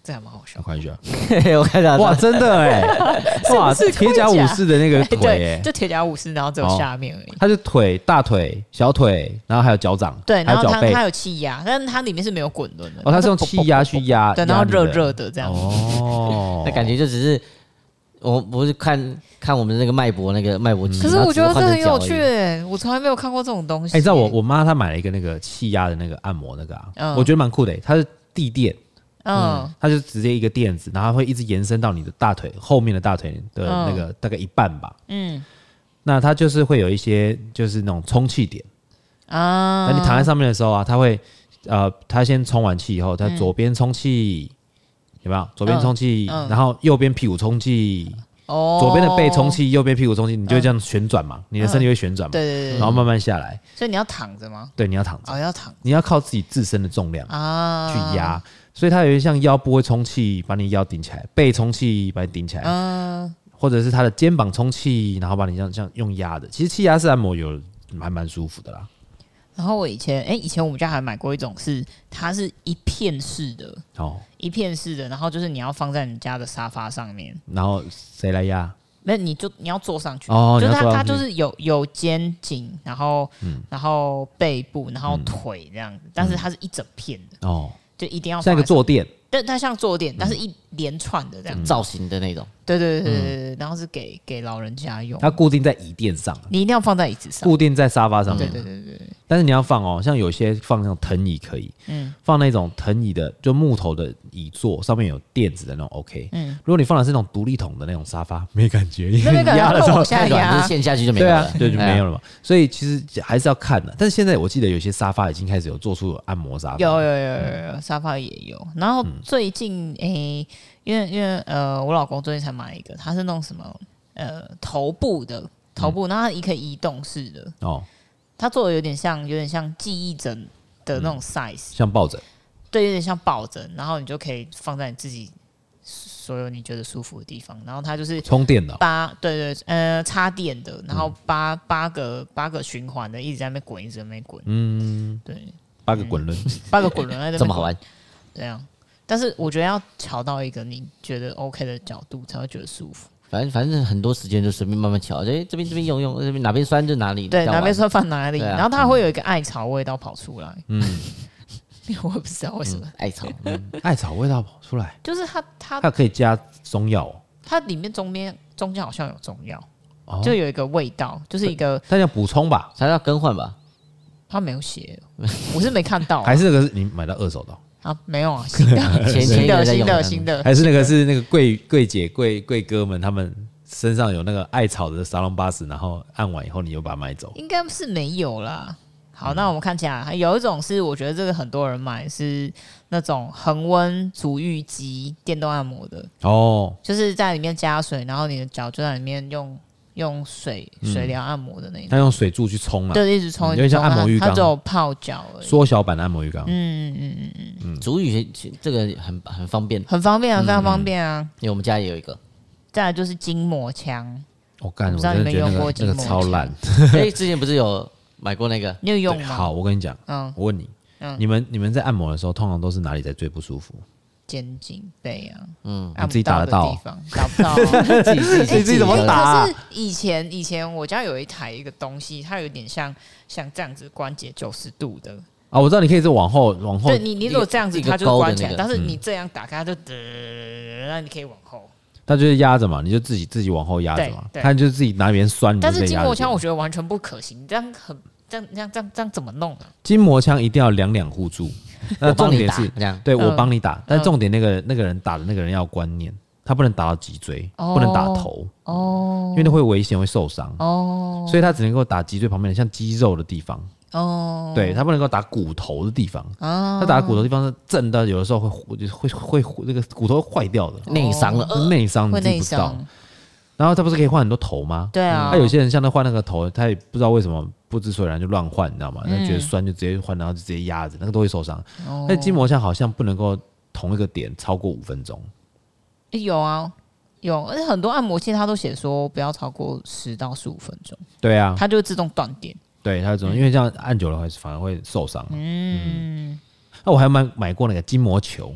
这还蛮好笑。 我看一下， 我看到哇，真的哎，哇，铁甲武士的那个腿哎， 就铁甲武士，然后只有下面而已。 它是腿、大腿、小腿，然后还有脚掌， 对，然后它它有气压，但是它里面是没有滚轮的。 哦，它是用气压去压， 对，然后热热的这样。 哦，那感觉就只是我不是看看我们那个脉搏那个脉搏计， 可是我觉得这很有趣哎，我从来没有看过这种东西。 哎，你知道我我妈她买了一个那个气压的那个按摩那个啊，我觉得蛮酷的，它是地垫。嗯，它就直接一个垫子，然后会一直延伸到你的大腿后面的大腿的那个、嗯、大概一半吧。嗯，那它就是会有一些就是那种充气点啊。那你躺在上面的时候啊，它会呃，它先充完气以后，它左边充气、嗯、有没有？左边充气、嗯嗯，然后右边屁股充气。哦，左边的背充气，右边屁股充气，你就会这样旋转嘛、嗯，你的身体会旋转嘛，对对对，然后慢慢下来。 所以你要躺着吗？ 对，你要躺着。 哦，要躺， 你要靠自己自身的重量啊去压。所以它有一些像腰部会充气，把你腰顶起来；背充气，把你顶起来。嗯，或者是它的肩膀充气，然后把你这样这样用压的。其实气压式按摩有还蛮舒服的啦。 然后我以前哎、欸，以前我们家还买过一种是，它是一片式的哦，一片式的，然后就是你要放在你家的沙发上面， 然后谁来压？ 没，你就你要坐上去，哦，就是它它就是有有肩颈，然后、嗯、然后背部，然后腿这样子，嗯、但是它是一整片的哦。就一定要像一个坐垫， 对，它像坐垫，但是一连串的这样、 嗯、造型的那种， 对对对对对、嗯，然后是给给老人家用， 它固定在椅垫上， 你一定要放在椅子上， 固定在沙发上面， 对对对对对。 但是你要放哦，像有些放那种藤椅可以，嗯，放那种藤椅的就木头的椅座，上面有垫子的那种 OK，嗯，如果你放的是那种独立筒的那种沙发，没感觉，因为压了之后下压， 陷下去就没有了， 对啊，对就没有了嘛。所以其实还是要看的。但是现在我记得有些沙发已经开始有做出按摩沙发， 有有有有有沙发也有。然后最近诶、欸，因为因为呃，我老公最近才买一个，他是那种什么呃头部的头部，然后它可以移动式的哦。它做的有点像，有点像记忆枕的那种 size，、嗯、 像抱枕， 对，有点像抱枕，然后你就可以放在你自己所有你觉得舒服的地方，然后它就是充电的， 八对对呃插电的，然后八、嗯、八个八个循环的，一直在那边滚，一直在那边滚，嗯，对， 八个滚轮， 八个滚轮在那边这么好玩， 对啊，但是我觉得要调到一个你觉得 OK 的角度，才会觉得舒服。 反正反正很多时间就随便慢慢调，哎，这边这边用用，这边哪边酸就哪里， 对，哪边酸放哪里，啊、然后它会有一个艾草味道跑出来，嗯，我也不知道为什么、嗯、 艾草， 嗯、艾草味道跑出来， 就是它它它可以加中药、哦， 它里面中间中间好像有中药、哦，就有一个味道，就是一个， 但要补充吧， 才要更换吧， 他没有写，我是没看到、啊， 还是那个是你买到二手的、哦？ 啊，没有啊，新的，新的，新的，新的， 还是那个是那个柜柜姐、柜柜哥们他们身上有那个艾草的沙龙巴斯，然后按完以后你又把它买走？ 应该是没有啦。好，那我们看起来有一种是，我觉得这个很多人买是那种恒温足浴机电动按摩的哦，就是在里面加水，然后你的脚就在里面用。用水水疗按摩的那种， 他用水柱去冲啊， 对，一直冲， 有点像按摩浴缸， 它只有泡脚而已， 缩小版的按摩浴缸。 嗯嗯嗯嗯嗯，足浴这个很很方便， 很方便啊，非常方便啊。 因为我们家也有一个。 再来就是筋膜枪， 我干，我真的觉得那个那个超烂。 哎，之前不是有买过那个？ 你有用吗？ 好，我跟你讲，嗯，我问你，嗯，你们你们在按摩的时候，通常都是哪里在最不舒服？ 肩颈背啊， 嗯，你自己打得到， 地方打不到、啊， 自己自己自己怎么打、 啊？可是以前以前我家有一台一个东西，它有点像像这样子关节九十度的啊，我知道你可以是往后往后， 对你你如果这样子它就关起来、那個，但是你这样打开它就得，那你可以往后。 它就是压着嘛，你就自己自己往后压着嘛，它就是自己拿别人酸。 但是筋膜枪我觉得完全不可行，这样很这样这样这样这样怎么弄啊？ 筋膜枪一定要两两互助。那重点是，对我帮你打，嗯、但重点那个那个人打的那个人要有观念，他不能打到脊椎，哦、不能打头哦，因为那会危险，会受伤哦，所以他只能够打脊椎旁边的像肌肉的地方哦，对他不能够打骨头的地方哦，他打骨头的地方是震到，有的时候会会会会那个骨头会坏掉的， 内伤了， 内伤你自己不知道。然后他不是可以换很多头吗？ 对啊， 他有些人像他换那个头，他也不知道为什么不知所以然就乱换，你知道吗？他、嗯、觉得酸就直接换，然后就直接压着，那个都会受伤。那、哦、筋膜枪好像不能够同一个点超过五分钟。 有啊，有，而且很多按摩器它都写说不要超过十到十五分钟。 对啊， 它就会自动断电。 对，它会自动，因为这样按久了反而会受伤。嗯，那、嗯、我还买买过那个筋膜球。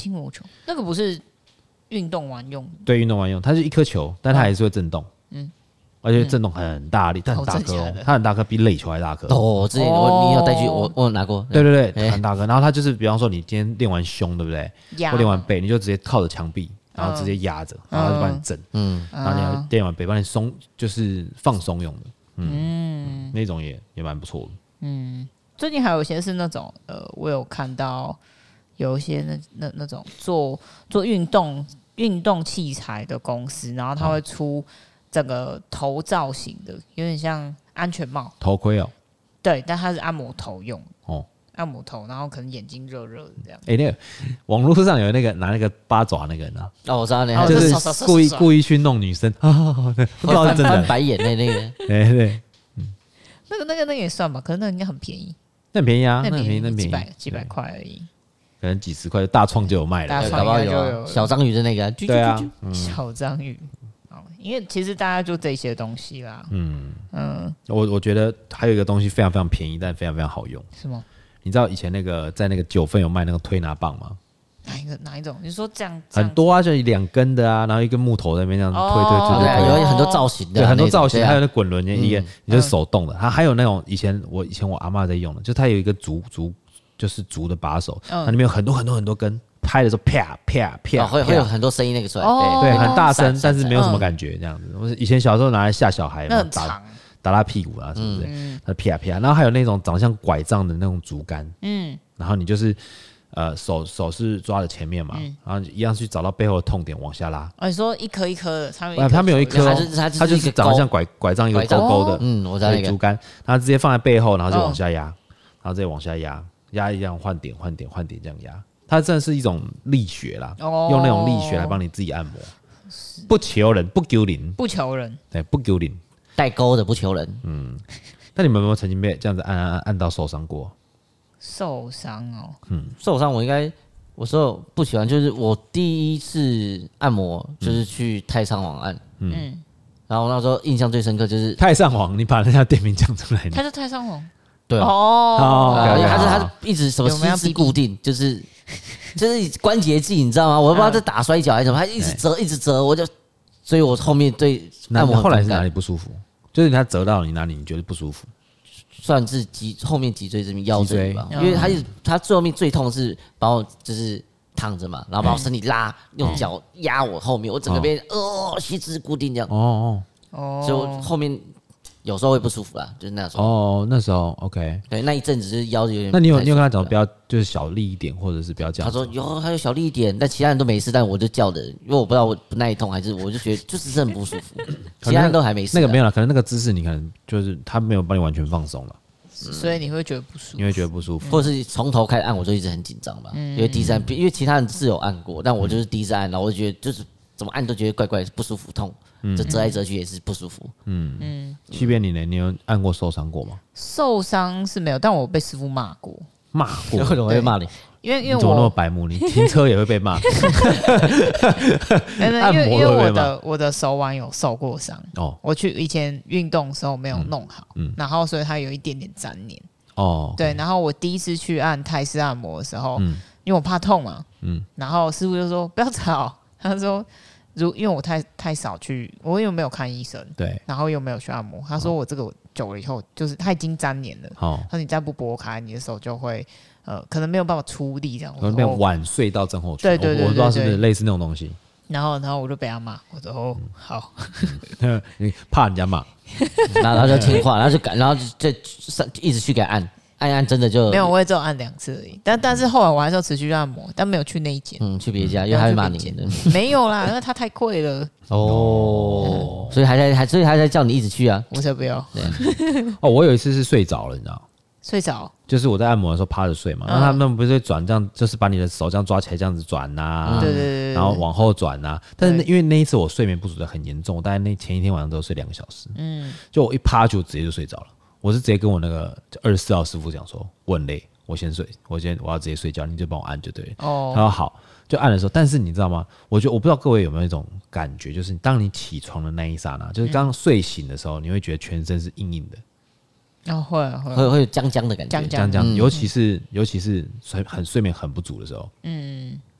筋膜球那个不是运动完用？ 对，运动完用，它是一颗球，但它还是会震动。嗯，而且震动很大力，但很大颗哦，它很大颗，比垒球还大颗。 哦，之前我你有带去，我我有拿过。 对对对，很大颗。然后它就是，比方说你今天练完胸，对不对？或练完背，你就直接靠着墙壁，然后直接压着，然后就帮你震。嗯，然后你练完背，帮你松，就是放松用的。嗯，那种也也蛮不错的。 嗯，最近还有一些是那种呃，我有看到有一些那那那种做做运动运动器材的公司，然后他会出整个头造型的，有点像安全帽、 头盔哦。 对，但它是按摩头用哦，按摩头，然后可能眼睛热热的这样。 哎、欸，那个网络上有那个拿那个八爪那个人啊， 哦，我知道那个， 就是故意故意去弄女生，不知道是真的翻白眼的那个。 对对， 嗯，那个那个那个也算吧，可是那个应该很便宜。 那很便宜啊， 那很便宜，那便宜， 几百几百块而已， 可能几十块，大创就有卖了， 搞不好有小章鱼的那个， 对啊， 小章鱼，因为其实大家就这些东西啦，嗯嗯，我我觉得还有一个东西非常非常便宜，但非常非常好用， 是吗？ 你知道以前那个在那个九份有卖那个推拿棒吗？ 哪一个哪一种？你说这样很多啊，就两根的啊，然后一根木头在那边这样推推推推， 有很多造型的， 对，很多造型，还有那滚轮一个，你就是手动的。它还有那种以前我以前我阿嬷在用的，就它有一个竹竹，就是竹的把手，它里面有很多很多很多根，拍的时候啪啪啪， 会会有很多声音那个出来， 对，很大声，但是没有什么感觉这样子。我以前小时候拿来吓小孩嘛，打打他屁股啊，是不是？它啪啪，然后还有那种长得像拐杖的那种竹竿，嗯，然后你就是。呃，手手是抓着前面嘛，嗯、然后一样去找到背后的痛点往下拉。 哦，你说一颗一颗的，它没有，它没有一颗、哦，它它就是长得像拐拐杖一个勾勾的， 嗯，我知道那个竹竿，然后直接放在背后，然后就往下压，哦、然后再往下压，压一样换点换点换点这样压，它真的是一种力学啦，哦、用那种力学来帮你自己按摩，不求人，不丢人， 不求人， 对，不丢人， 带钩的不求人， 嗯，那你们有没有曾经被这样子按按按按到受伤过？ 受伤哦， 嗯，受伤我应该我说不喜欢，就是我第一次按摩就是去太上皇按，嗯，嗯然后那时候印象最深刻就是太上皇，你把人家店名讲出来， 他是太上皇， 对哦，哦，因为他是他是一直什么膝姿固定，就是就是关节技，你知道吗？我不知道在打摔跤还是什么，他一直折一直折，我就所以我后面对按摩后来是哪里不舒服？就是他折到你哪里你觉得不舒服？ 算是脊后面脊椎这边腰这里吧，因为他一直他最后面最痛是把我就是躺着嘛，然后把我身体拉，用脚压我后面，我整个边哦膝姿固定这样，哦哦，所以我后面有时候会不舒服啦，就是那时候。 哦，那时候 OK， 对，那一阵子就是腰有点。 那你有你有跟他讲不要就是小力一点，或者是不要这样？ 他说有，还有小力一点，但其他人都没事，但我就叫的，因为我不知道我不耐痛还是我就觉得就是很不舒服，其他人都还没事。 那个没有了，可能那个姿势你可能就是他没有帮你完全放松了。 所以你会觉得不舒服， 你会觉得不舒服， 或者是从头开始按，我就一直很紧张吧。嗯、因为第一次按，因为其他人是有按过，但我就是第一次按，然后我就觉得就是怎么按都觉得怪怪不舒服痛，嗯、就折来折去也是不舒服。嗯嗯，西边你呢？你有按过受伤过吗？ 受伤是没有，但我被师傅骂过。 骂过？ 为什么会骂你？ 因为因为我怎么那么白目？你停车也会被骂？ 按摩因为我的我的手腕有受过伤哦，我去以前运动的时候没有弄好，嗯嗯、然后所以它有一点点粘黏哦。对，然后我第一次去按泰式按摩的时候，嗯、因为我怕痛嘛，嗯、然后师傅就说不要吵，他说如因为我太太少去，我又没有看医生， 对， 然后又没有去按摩，他说我这个久了以后就是它已经粘黏了，哦、他说你再不拨开，你的手就会。呃，可能没有办法出力这样， 可能变晚睡到症候群。 对对 对, 对, 对， 我不知道是不是类似那种东西。 然后，然后我就被他骂，我说哦，好， 你怕人家骂， 然后就听话，然后就改，然后就一直去给按，按按真的就没有，我也只有按两次而已。但但是后来我还是要持续按摩，但没有去那一间， 嗯，去别家，因为他会骂你的。 没有啦，因为他太贵了。 哦，所以还在还所以还在叫你一直去啊， 我才不要。 哦，我有一次是睡着了，你知道。 睡着， 就是我在按摩的时候趴着睡嘛，然后他们不是会转这样，就是把你的手这样抓起来这样子转呐，对对对，然后往后转呐。但是因为那一次我睡眠不足的很严重，大概那前一天晚上都睡两个小时，嗯，就我一趴就直接就睡着了。我是直接跟我那个二十四号师傅讲说，我很累，我先睡，我先我要直接睡觉，你就帮我按就对了。哦，他说好，就按的时候，但是你知道吗？我觉得我不知道各位有没有一种感觉，就是当你起床的那一刹那，就是刚刚睡醒的时候，你会觉得全身是硬硬的。 哦，会会会会有僵僵的感觉， 僵僵，尤其是尤其是睡很睡眠很不足的时候，嗯，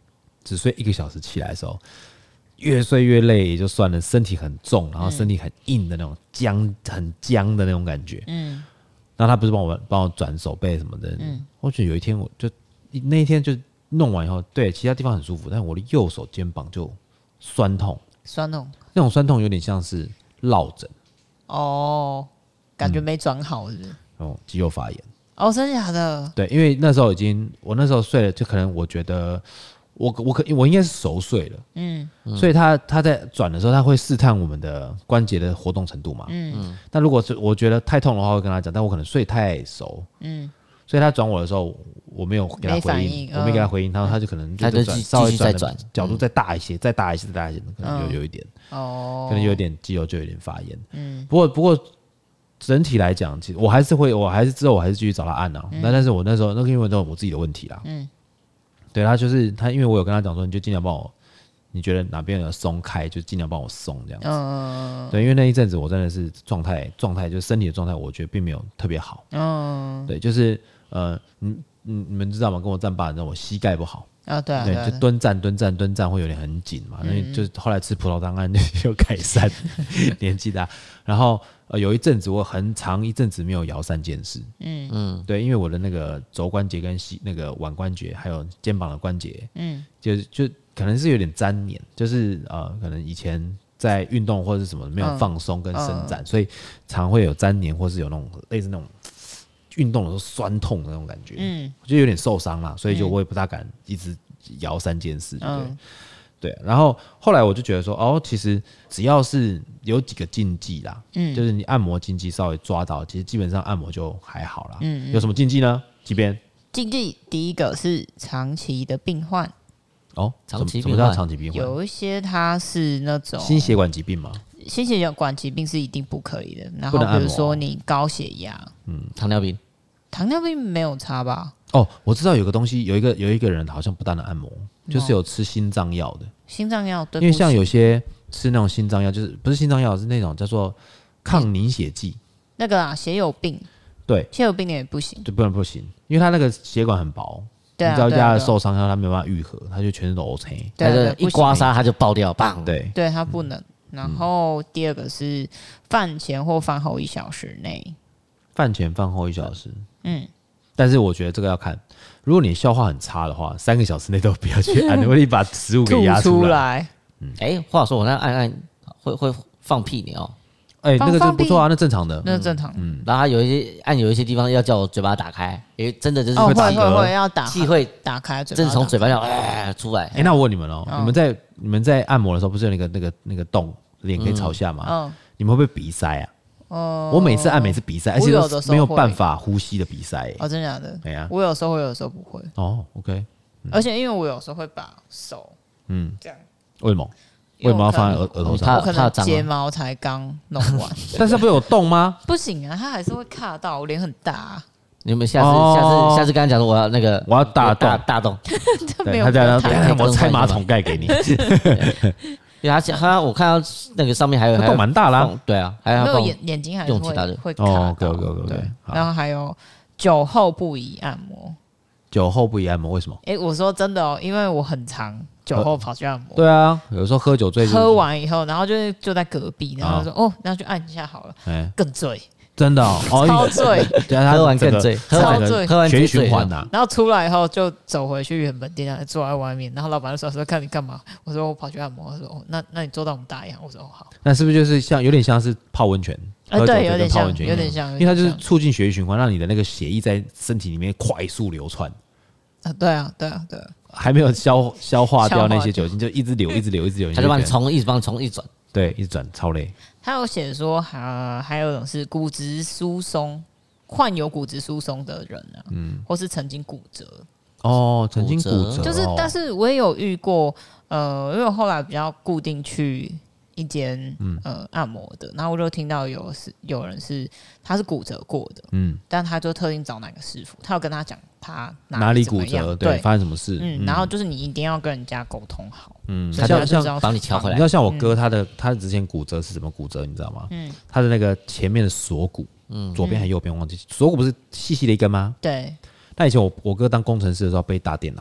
只睡一个小时起来的时候，越睡越累也就算了，身体很重，然后身体很硬的那种僵，很僵的那种感觉。嗯，然后他不是帮我帮我转手背什么的，嗯，我觉得有一天我就那一天就弄完以后，对其他地方很舒服，但我的右手肩膀就酸痛， 酸痛， 那种酸痛有点像是落枕。 哦，感觉没转好是不是？ 嗯、哦，肌肉发炎。 哦，真的假的？ 对，因为那时候已经，我那时候睡了，就可能我觉得我我可我应该是熟睡了，嗯，所以他他在转的时候，他会试探我们的关节的活动程度嘛，嗯，但如果是我觉得太痛的话，会跟他讲，但我可能睡太熟，嗯，所以他转我的时候，我没有给他回应，我没给他回应，他他就可能就转稍微转的角度再大一些，再大一些，再大一些，可能有有一点，哦，可能有一点肌肉就有点发炎，嗯，不过不过。整体来讲，其实我还是会，我还是之后我还是继续找他按啊。那、嗯、但是我那时候那个因为都有我自己的问题啦。嗯，对他就是他，因为我有跟他讲说，你就尽量帮我，你觉得哪边有松开，就尽量帮我松这样子。嗯，对，因为那一阵子我真的是状态状态，就是身体的状态，我觉得并没有特别好。嗯，对，就是呃，你你你们知道吗？跟我站吧，你知道我膝盖不好。 啊、哦，对啊， 对，就蹲站蹲站蹲站会有点很紧嘛，那、嗯、就后来吃葡萄糖胺就有改善，年纪大，然后呃有一阵子我很长一阵子没有摇三件事，嗯嗯，对，因为我的那个肘关节跟膝那个腕关节还有肩膀的关节，嗯，就就可能是有点粘黏，就是呃可能以前在运动或者是什么没有放松跟伸展，嗯、所以常会有粘黏或是有那种类似那种。运动的时候酸痛的那种感觉，嗯，就有点受伤啦，所以就我也不大敢一直摇三件事，对不对？嗯、对。然后后来我就觉得说，哦，其实只要是有几个禁忌啦，嗯，就是你按摩禁忌稍微抓到，其实基本上按摩就还好啦。嗯，有什么禁忌呢？这边禁忌第一个是长期的病患。 哦， 长期病患什么叫长期病患？ 有一些它是那种心血管疾病吗？ 心血管疾病是一定不可以的。然后比如说你高血压， 嗯，糖尿病。 糖尿病没有差吧？ 哦，我知道有个东西，有一个有一个人好像不但能按摩，就是有吃心脏药的。 心脏药对， 因为像有些吃那种心脏药，就是不是心脏药，是那种叫做抗凝血剂。 那个啊，血友病。对，血友病的也不行， 就不能不行，因为他那个血管很薄，对、啊，你知道压受伤，他没办法愈合，他就全身都 O C， 对、啊， 一刮痧他就爆掉，棒。 对， 对他不能。然后第二个是饭前或饭后一小时内。 饭前饭后一小时，嗯，但是我觉得这个要看，如果你消化很差的话，三个小时内都不要去按，如果你把食物给压出来。 嗯，哎、欸，话说我那按按会会放屁你哦， 哎、欸，那个就不错啊，那正常的， 那正常。 嗯，然后他有一些按有一些地方要叫我嘴巴打开，哎、欸，真的就是会会会会要打气会打开， 真的从嘴巴上哎出来。 哎、欸，那我问你们哦、喔，你们在你们在按摩的时候，不是有那个那个那个洞，脸可以朝下吗？嗯，你们会不会鼻塞啊？哦，我每次按每次鼻塞，而且都没有办法呼吸的鼻塞、欸。 哦，真的假的？ 对啊， 我有时候会，有时候不会。 哦 ，OK、嗯。 而且因为我有时候会把手，嗯，这样。 为什么？为什么要放在额额头上？ 我可能睫毛才刚弄完， 但是不是有洞吗？ 不行啊，它还是会卡到。我脸很大、啊。 你们下次、哦、下次下次跟他讲说我要那个我要大大大洞， 没有他这样，我拆马桶盖给你。 因为他他我看到那个上面还有洞蛮大啦， 对啊，还有没有眼眼睛还是会会卡到。OK OK OK。 对，然后还有酒后不宜按摩。 酒后不宜按摩为什么？ 哎，我说真的哦，因为我很常酒后跑去按摩。 对啊，有时候喝酒醉， 喝完以后，然后就就在隔壁，然后说哦，那就按一下好了，更醉。 真的哦， 超醉， 喝完更醉， 超醉， 喝完全循环呐。 然后出来以后就走回去原本店，坐在外面。然后老板就说：“说看你干嘛？”我说：“我跑去按摩。”他说：“哦，那那你坐到我们大一样。”我说：“哦，好。” 那是不是就是像有点像是泡温泉？ 啊，对，有点像，有点像， 因为它就是促进血液循环，让你的那个血液在身体里面快速流窜。 啊，对啊，对啊，对啊。 还没有消消化掉那些酒精，就一直流，一直流，一直流。 他就帮你冲，一直帮你冲，一转。 对，一直转，超累。 他有写说，还还有一种是骨质疏松，患有骨质疏松的人啊，嗯，或是曾经骨折。 哦，曾经骨折， 就是，但是我也有遇过，呃，因为我后来比较固定去一间、嗯、呃按摩的，然后我就听到有是有人是他是骨折过的，嗯，但他就特定找哪个师傅，他有跟他讲他哪里骨折，对，发生什么事， 嗯，然后就是你一定要跟人家沟通好， 嗯，他就像帮你敲回来。 你知道像我哥他的、嗯、他之前骨折是怎么骨折，你知道吗？嗯，他的那个前面的锁骨，嗯，左边还右边忘记，锁骨不是细细的一根吗？ 对。 那以前我我哥当工程师的时候背打电脑，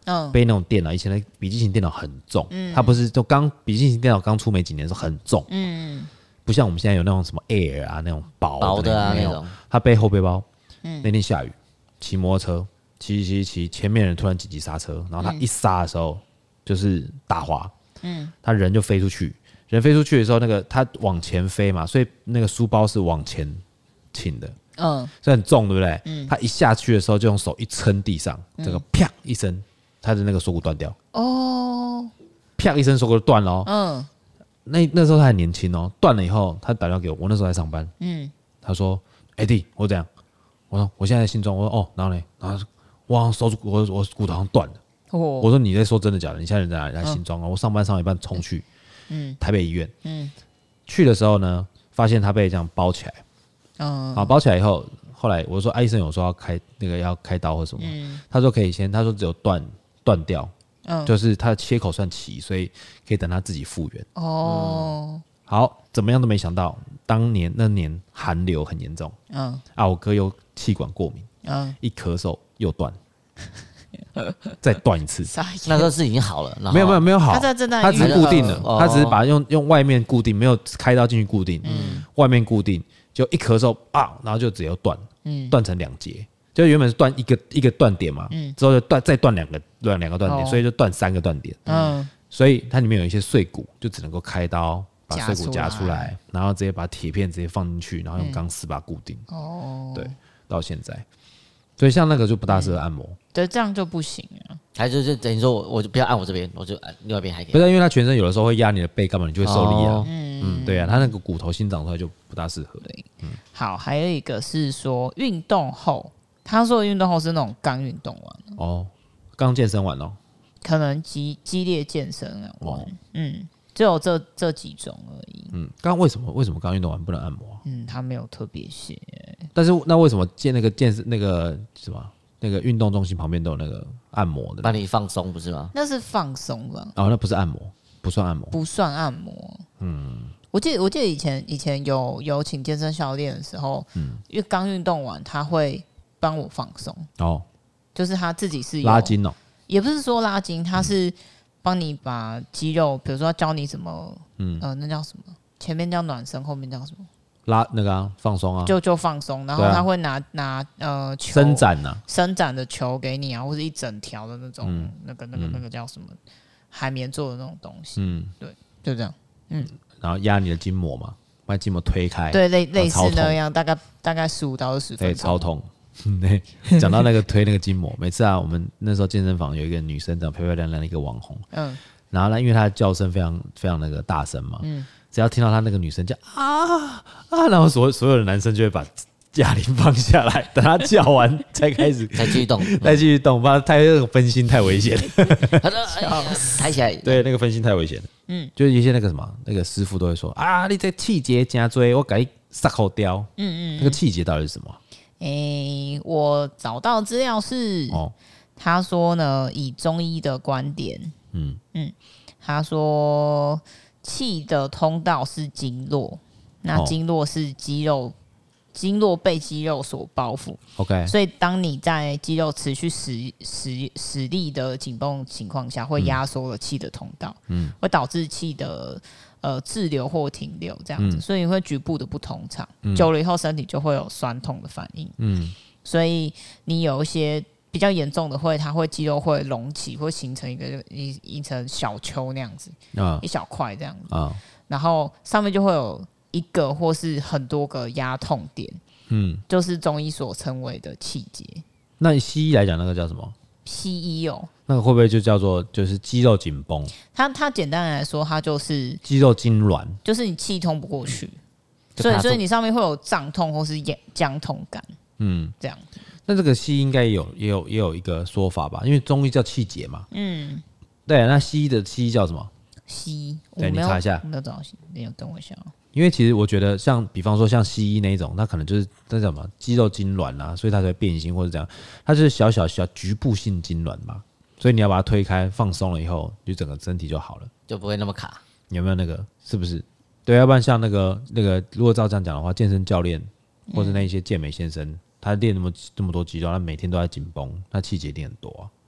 嗯，背那种电脑，以前的笔记型电脑很重，嗯，它不是就刚笔记型电脑刚出没几年的时候很重，嗯，不像我们现在有那种什么 Air 啊那种薄的、 薄的啊那种， 他背后背包，嗯，那天下雨，骑摩托车，骑骑骑，前面人突然紧急刹车，然后他一刹的时候、嗯、就是打滑，嗯，他人就飞出去，人飞出去的时候，那个他往前飞嘛，所以那个书包是往前倾的。嗯，所以很重，对不对？嗯，他一下去的时候，就用手一撑地上，这个啪一声，他的那个锁骨断掉。哦，啪一声，锁骨断了、哦。嗯，那那时候他还年轻哦，断了以后，他打电话给我，我那时候在上班。嗯，他说：“哎、欸、弟，我怎样？”我说：“我现在在新庄。”我说：“哦，然后呢？然后我手骨我我骨头好像断了。哦”我说：“你在说真的假的？你现在人在哪里？在新庄啊？”我上班上一半冲去，嗯，台北医院。嗯，去的时候呢，发现他被这样包起来。嗯，好，包起来以后，后来我说，啊、医生有说要开那个要开刀或什么，嗯、他说可以先，他说只有断断掉，嗯，就是他的切口算齐，所以可以等他自己复原。哦、嗯，好，怎么样都没想到，当年那年寒流很严重，嗯，啊，我哥又气管过敏，嗯，一咳嗽又断，再断一次， 那时候是已经好了， 没有没有没有好， 他在他只是固定了，哦、他只是把用用外面固定，没有开刀进去固定，嗯，外面固定。就一咳嗽啊，然后就直接断，嗯，断成两节，就原本是断一个一个断点嘛，嗯，之后就断再断两个断两个断点，哦、所以就断三个断点，嗯，所以它里面有一些碎骨，就只能够开刀把碎骨夹出来，然后直接把铁片直接放进去，然后用钢丝把它固定，哦、嗯，对，到现在，所以像那个就不大适合按摩，嗯、 对，这样就不行啊， 还就是等于说我我就不要按我这边，我就按另外一边还可以， 不是因为它全身有的时候会压你的背，干嘛你就会受力啊。哦嗯，对啊，他那个骨头新长出来就不大适合。 对，嗯，好，还有一个是说运动后，他说的运动后是那种刚运动完哦，刚健身完哦， 可能激激烈健身完，哦、嗯，只有这这几种而已。 嗯，刚为什么为什么刚运动完不能按摩、啊？ 嗯，他没有特别写。 但是那为什么建那个健身那个什么那个运动中心旁边都有那个按摩的， 帮你放松不是吗？ 那是放松吧？ 哦，那不是按摩。不算按摩， 不算按摩。嗯，我记得我记得以前以前有有请健身教练的时候，嗯，因为刚运动完，他会帮我放松。哦，就是他自己是拉筋哦， 也不是说拉筋，他是帮你把肌肉，比如说教你怎么，嗯呃，那叫什么？前面叫暖身，后面叫什么？ 拉那个、啊、放松啊， 就就放松，然后他会拿、啊、拿呃球伸展啊， 伸展的球给你啊，或者一整条的那种，嗯、那个那个那个叫什么？海绵做的那种东西，嗯，对，就这样，嗯， 然后压你的筋膜嘛，把筋膜推开， 对，类类似那样，大概大概十五到二十分钟， 对，超痛。讲到那个推那个筋膜，每次啊，我们那时候健身房有一个女生，长得漂漂亮亮的一个网红，嗯，然后呢，因为她的叫声非常非常那个大声嘛，嗯，只要听到她那个女生叫啊啊，然后所所有的男生就会把哑铃放下来，等他叫完才开始， 再继续动， 再继续动，不然太那个分心太危险了。 他说：“抬起来。” 对，那个分心太危险了。嗯，就是一些那个什么，那个师傅都会说啊，你这气节加追，我给你杀口雕。嗯嗯，那个气节到底是什么？ 哎、欸，我找到资料是，哦，他说呢，以中医的观点，嗯嗯，他说气的通道是经络，那经络是肌肉。经络被肌肉所包覆 ，OK， 所以当你在肌肉持续使使使力的紧绷情况下，会压缩了气的通道，嗯，会导致气的呃滞留或停留这样子，嗯、所以会局部的不通畅，嗯、久了以后身体就会有酸痛的反应，嗯，所以你有一些比较严重的会，它会肌肉会隆起，会形成一个一一层小丘那样子，啊、一小块这样子，啊、然后上面就会有。一个或是很多个压痛点，嗯，就是中医所称为的气结。 那西医来讲，那个叫什么？ 西医哦， 那个会不会就叫做就是肌肉紧绷？ 它它简单来说，它就是肌肉痉挛， 就是你气通不过去，嗯、所以所以你上面会有胀痛或是僵痛感，嗯，这样子。 那这个西医应该有也有也有一个说法吧？因为中医叫气结嘛，嗯，对。那西医的西医叫什么？ 西医， 对你查一下， 我没有找西，没有等我一下。 因为其实我觉得像比方说像西医那一种，它可能就是那叫什么肌肉痉挛啊，所以它才会变形或者这样，它就是小小小局部性痉挛嘛，所以你要把它推开放松了以后，就整个身体就好了， 就不会那么卡。 有没有那个？是不是？对，要不然像那个那个，如果照这样讲的话，健身教练或者那一些健美先生，嗯、他练那么那么多肌肉，他每天都在紧绷，他气节一定很多啊。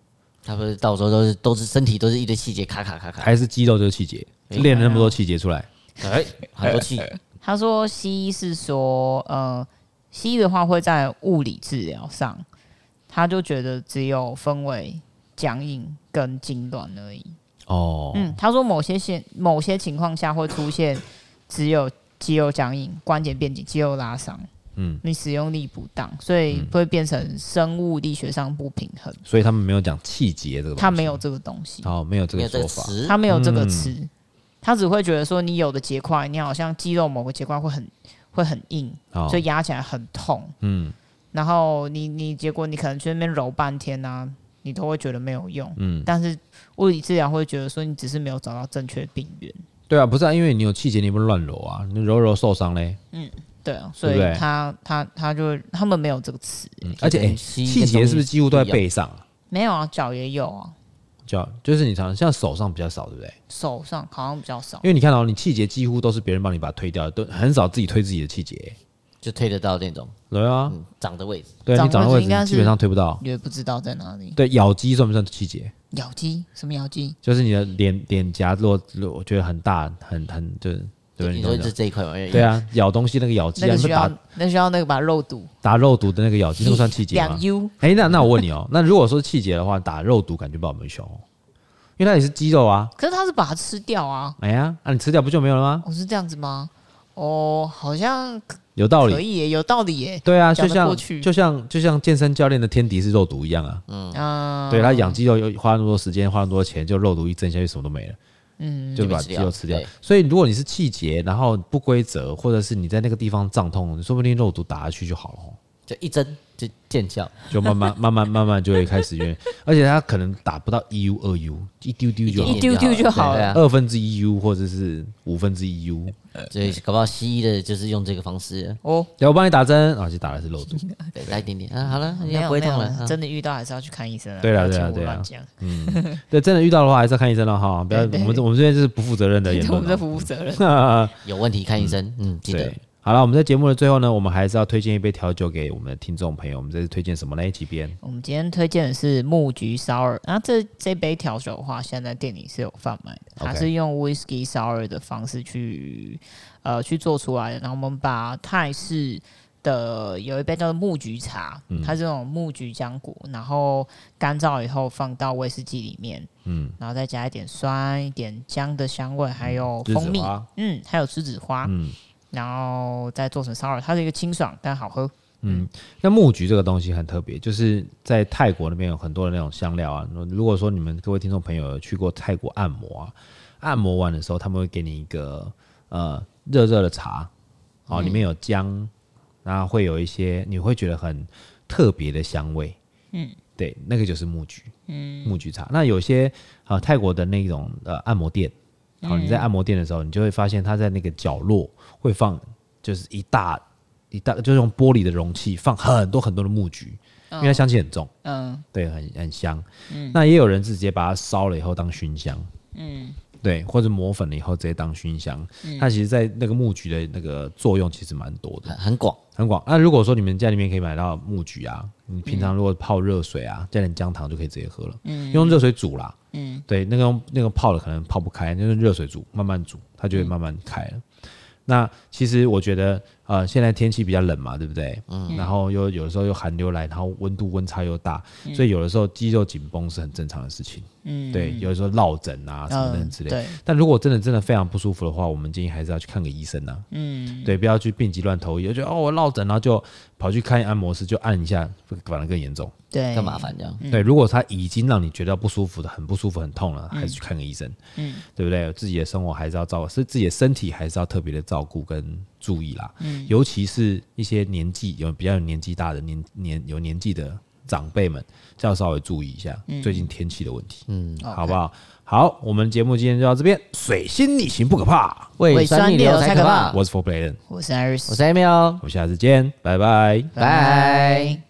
他不是到时候都是都是身体都是一堆气节，卡卡卡卡， 还是肌肉就是气节，练了那么多气节出来， 哎，很多气。 他说西医是说，呃，西医的话会在物理治疗上，他就觉得只有分为僵硬跟痉挛而已。哦，嗯，他说某些现某些情况下会出现只有肌肉僵硬、关节变紧、肌肉拉伤。嗯，你使用力不当，所以会变成生物力学上不平衡。 所以他们没有讲气节这个东西， 他没有这个东西， 哦，没有这个说法， 他没有这个词，嗯、他只会觉得说你有的结块，你好像肌肉某个结块会很会很硬，哦、所以压起来很痛。嗯，然后你你结果你可能去那边揉半天啊，你都会觉得没有用。嗯，但是物理治疗会觉得说你只是没有找到正确病源。 对啊，不是啊，因为你有气节，你不能乱揉啊，你揉揉受伤嘞。 嗯。对啊，所以他他他就他们没有这个词、欸嗯， 而且气节、欸、是不是几乎都在背上、啊？ 没有啊，脚也有啊。 脚就是你常像手上比较少，对不对？ 手上好像比较少， 因为你看到、喔、你气节几乎都是别人帮你把它推掉的，都很少自己推自己的气节、欸， 就推得到那种。 对啊， 嗯、长的位置， 对，你长的位置基本上推不到， 也不知道在哪里。 对，咬肌算不算气节？ 咬肌什么咬肌？ 就是你的脸脸颊，如果我觉得很大，很很就是。 对，你说是这一块吗？ 对啊，咬东西那个咬肌， 那个需要那需要那个把肉毒打肉毒的那个咬肌，那个算气节吗？ 两 U。 哎，那那我问你哦，那如果说气节的话，打肉毒感觉不好没效哦，因为它也是肌肉啊。 可是它是把它吃掉啊。 哎呀，那、啊、你吃掉不就没有了吗？ 我、哦、是这样子吗？哦，好像有道理， 可以耶，有道理耶。 对啊，就像就像就像健身教练的天敌是肉毒一样啊。嗯啊，对他养肌肉又花那么多时间，花那么多钱，就肉毒一针下去，什么都没了。嗯，就把肌肉吃掉。所以如果你是气节，然后不规则，或者是你在那个地方胀痛，说不定肉毒打下去就好了， 就一针就见效， 就慢慢慢慢慢慢就会开始变。而且它可能打不到一 U 二 U， 一丢丢就好， 一丢丢就好了， 二分之一 U 或者是五分之一 U。 所以搞不好西医的就是用这个方式哦。我帮你打针啊，就打的是肉毒， 对，来一点点啊，好了，你不会痛了。 真的遇到还是要去看医生啊。 对了对了对了，嗯，对，真的遇到的话还是要看医生了哈，不要我们我们这边就是不负责任的言论， 我们这不负责任， 有问题看医生，嗯，记得。 好了，我们在节目的最后呢，我们还是要推荐一杯调酒给我们的听众朋友。我们这次推荐什么呢？几边？ 我们今天推荐的是木橘 sour， 然后这这杯调酒的话，现在店里是有贩卖的，它是用 whisky sour 的方式去呃去做出来的。然后我们把泰式的有一杯叫做木橘茶，嗯、它是这种木橘浆果，然后干燥以后放到威士忌里面，嗯，然后再加一点酸、一点姜的香味，还有蜂蜜，嗯，还有栀子花，嗯。然后再做成烧耳，它是一个清爽但好喝。 嗯，那木橘这个东西很特别，就是在泰国那边有很多的那种香料啊。如果说你们各位听众朋友有去过泰国按摩啊，按摩完的时候他们会给你一个呃热热的茶，哦，里面有姜，然后会有一些你会觉得很特别的香味。嗯，对，那个就是木橘，嗯，木橘茶。那有些呃泰国的那种呃按摩店。好，你在按摩店的时候，你就会发现它在那个角落会放，就是一大一大，就是用玻璃的容器放很多很多的木橘，因为它香气很重，嗯，对，很很香。嗯，那也有人直接把它烧了以后当熏香，嗯，对，或者磨粉了以后直接当熏香。嗯，它其实，在那个木橘的那个作用其实蛮多的， 很广， 很广。那如果说你们家里面可以买到木橘啊，你平常如果泡热水啊，加点姜糖就可以直接喝了，嗯，用热水煮啦。嗯，对，那个那个泡的可能泡不开，就是热水煮，慢慢煮，它就会慢慢开了。嗯、那其实我觉得，呃，现在天气比较冷嘛，对不对？嗯。然后又有的时候又寒流来，然后温度温差又大，嗯、所以有的时候肌肉紧绷是很正常的事情。嗯。对，有的时候落枕啊什么的之类的。嗯、对。但如果真的真的非常不舒服的话，我们建议还是要去看个医生啊。嗯。对，不要去病急乱投医，就觉得哦我落枕，然后就跑去看按摩师，就按一下，反而更严重。 对， 更麻烦这样。 对，如果他已经让你觉得不舒服的、很不舒服、很痛了，还是去看个医生。嗯，对不对？自己的生活还是要照顾，是自己的身体还是要特别的照顾跟注意啦。嗯，尤其是一些年纪有比较有年纪大的年年有年纪的长辈们，就要稍微注意一下最近天气的问题。嗯，好不好？好，我们节目今天就到这边。水星逆行不可怕， 胃酸逆流才可怕。 我是 For Playen， 我是 Iris， 我是 Emil， 我们下次见，拜拜， 拜。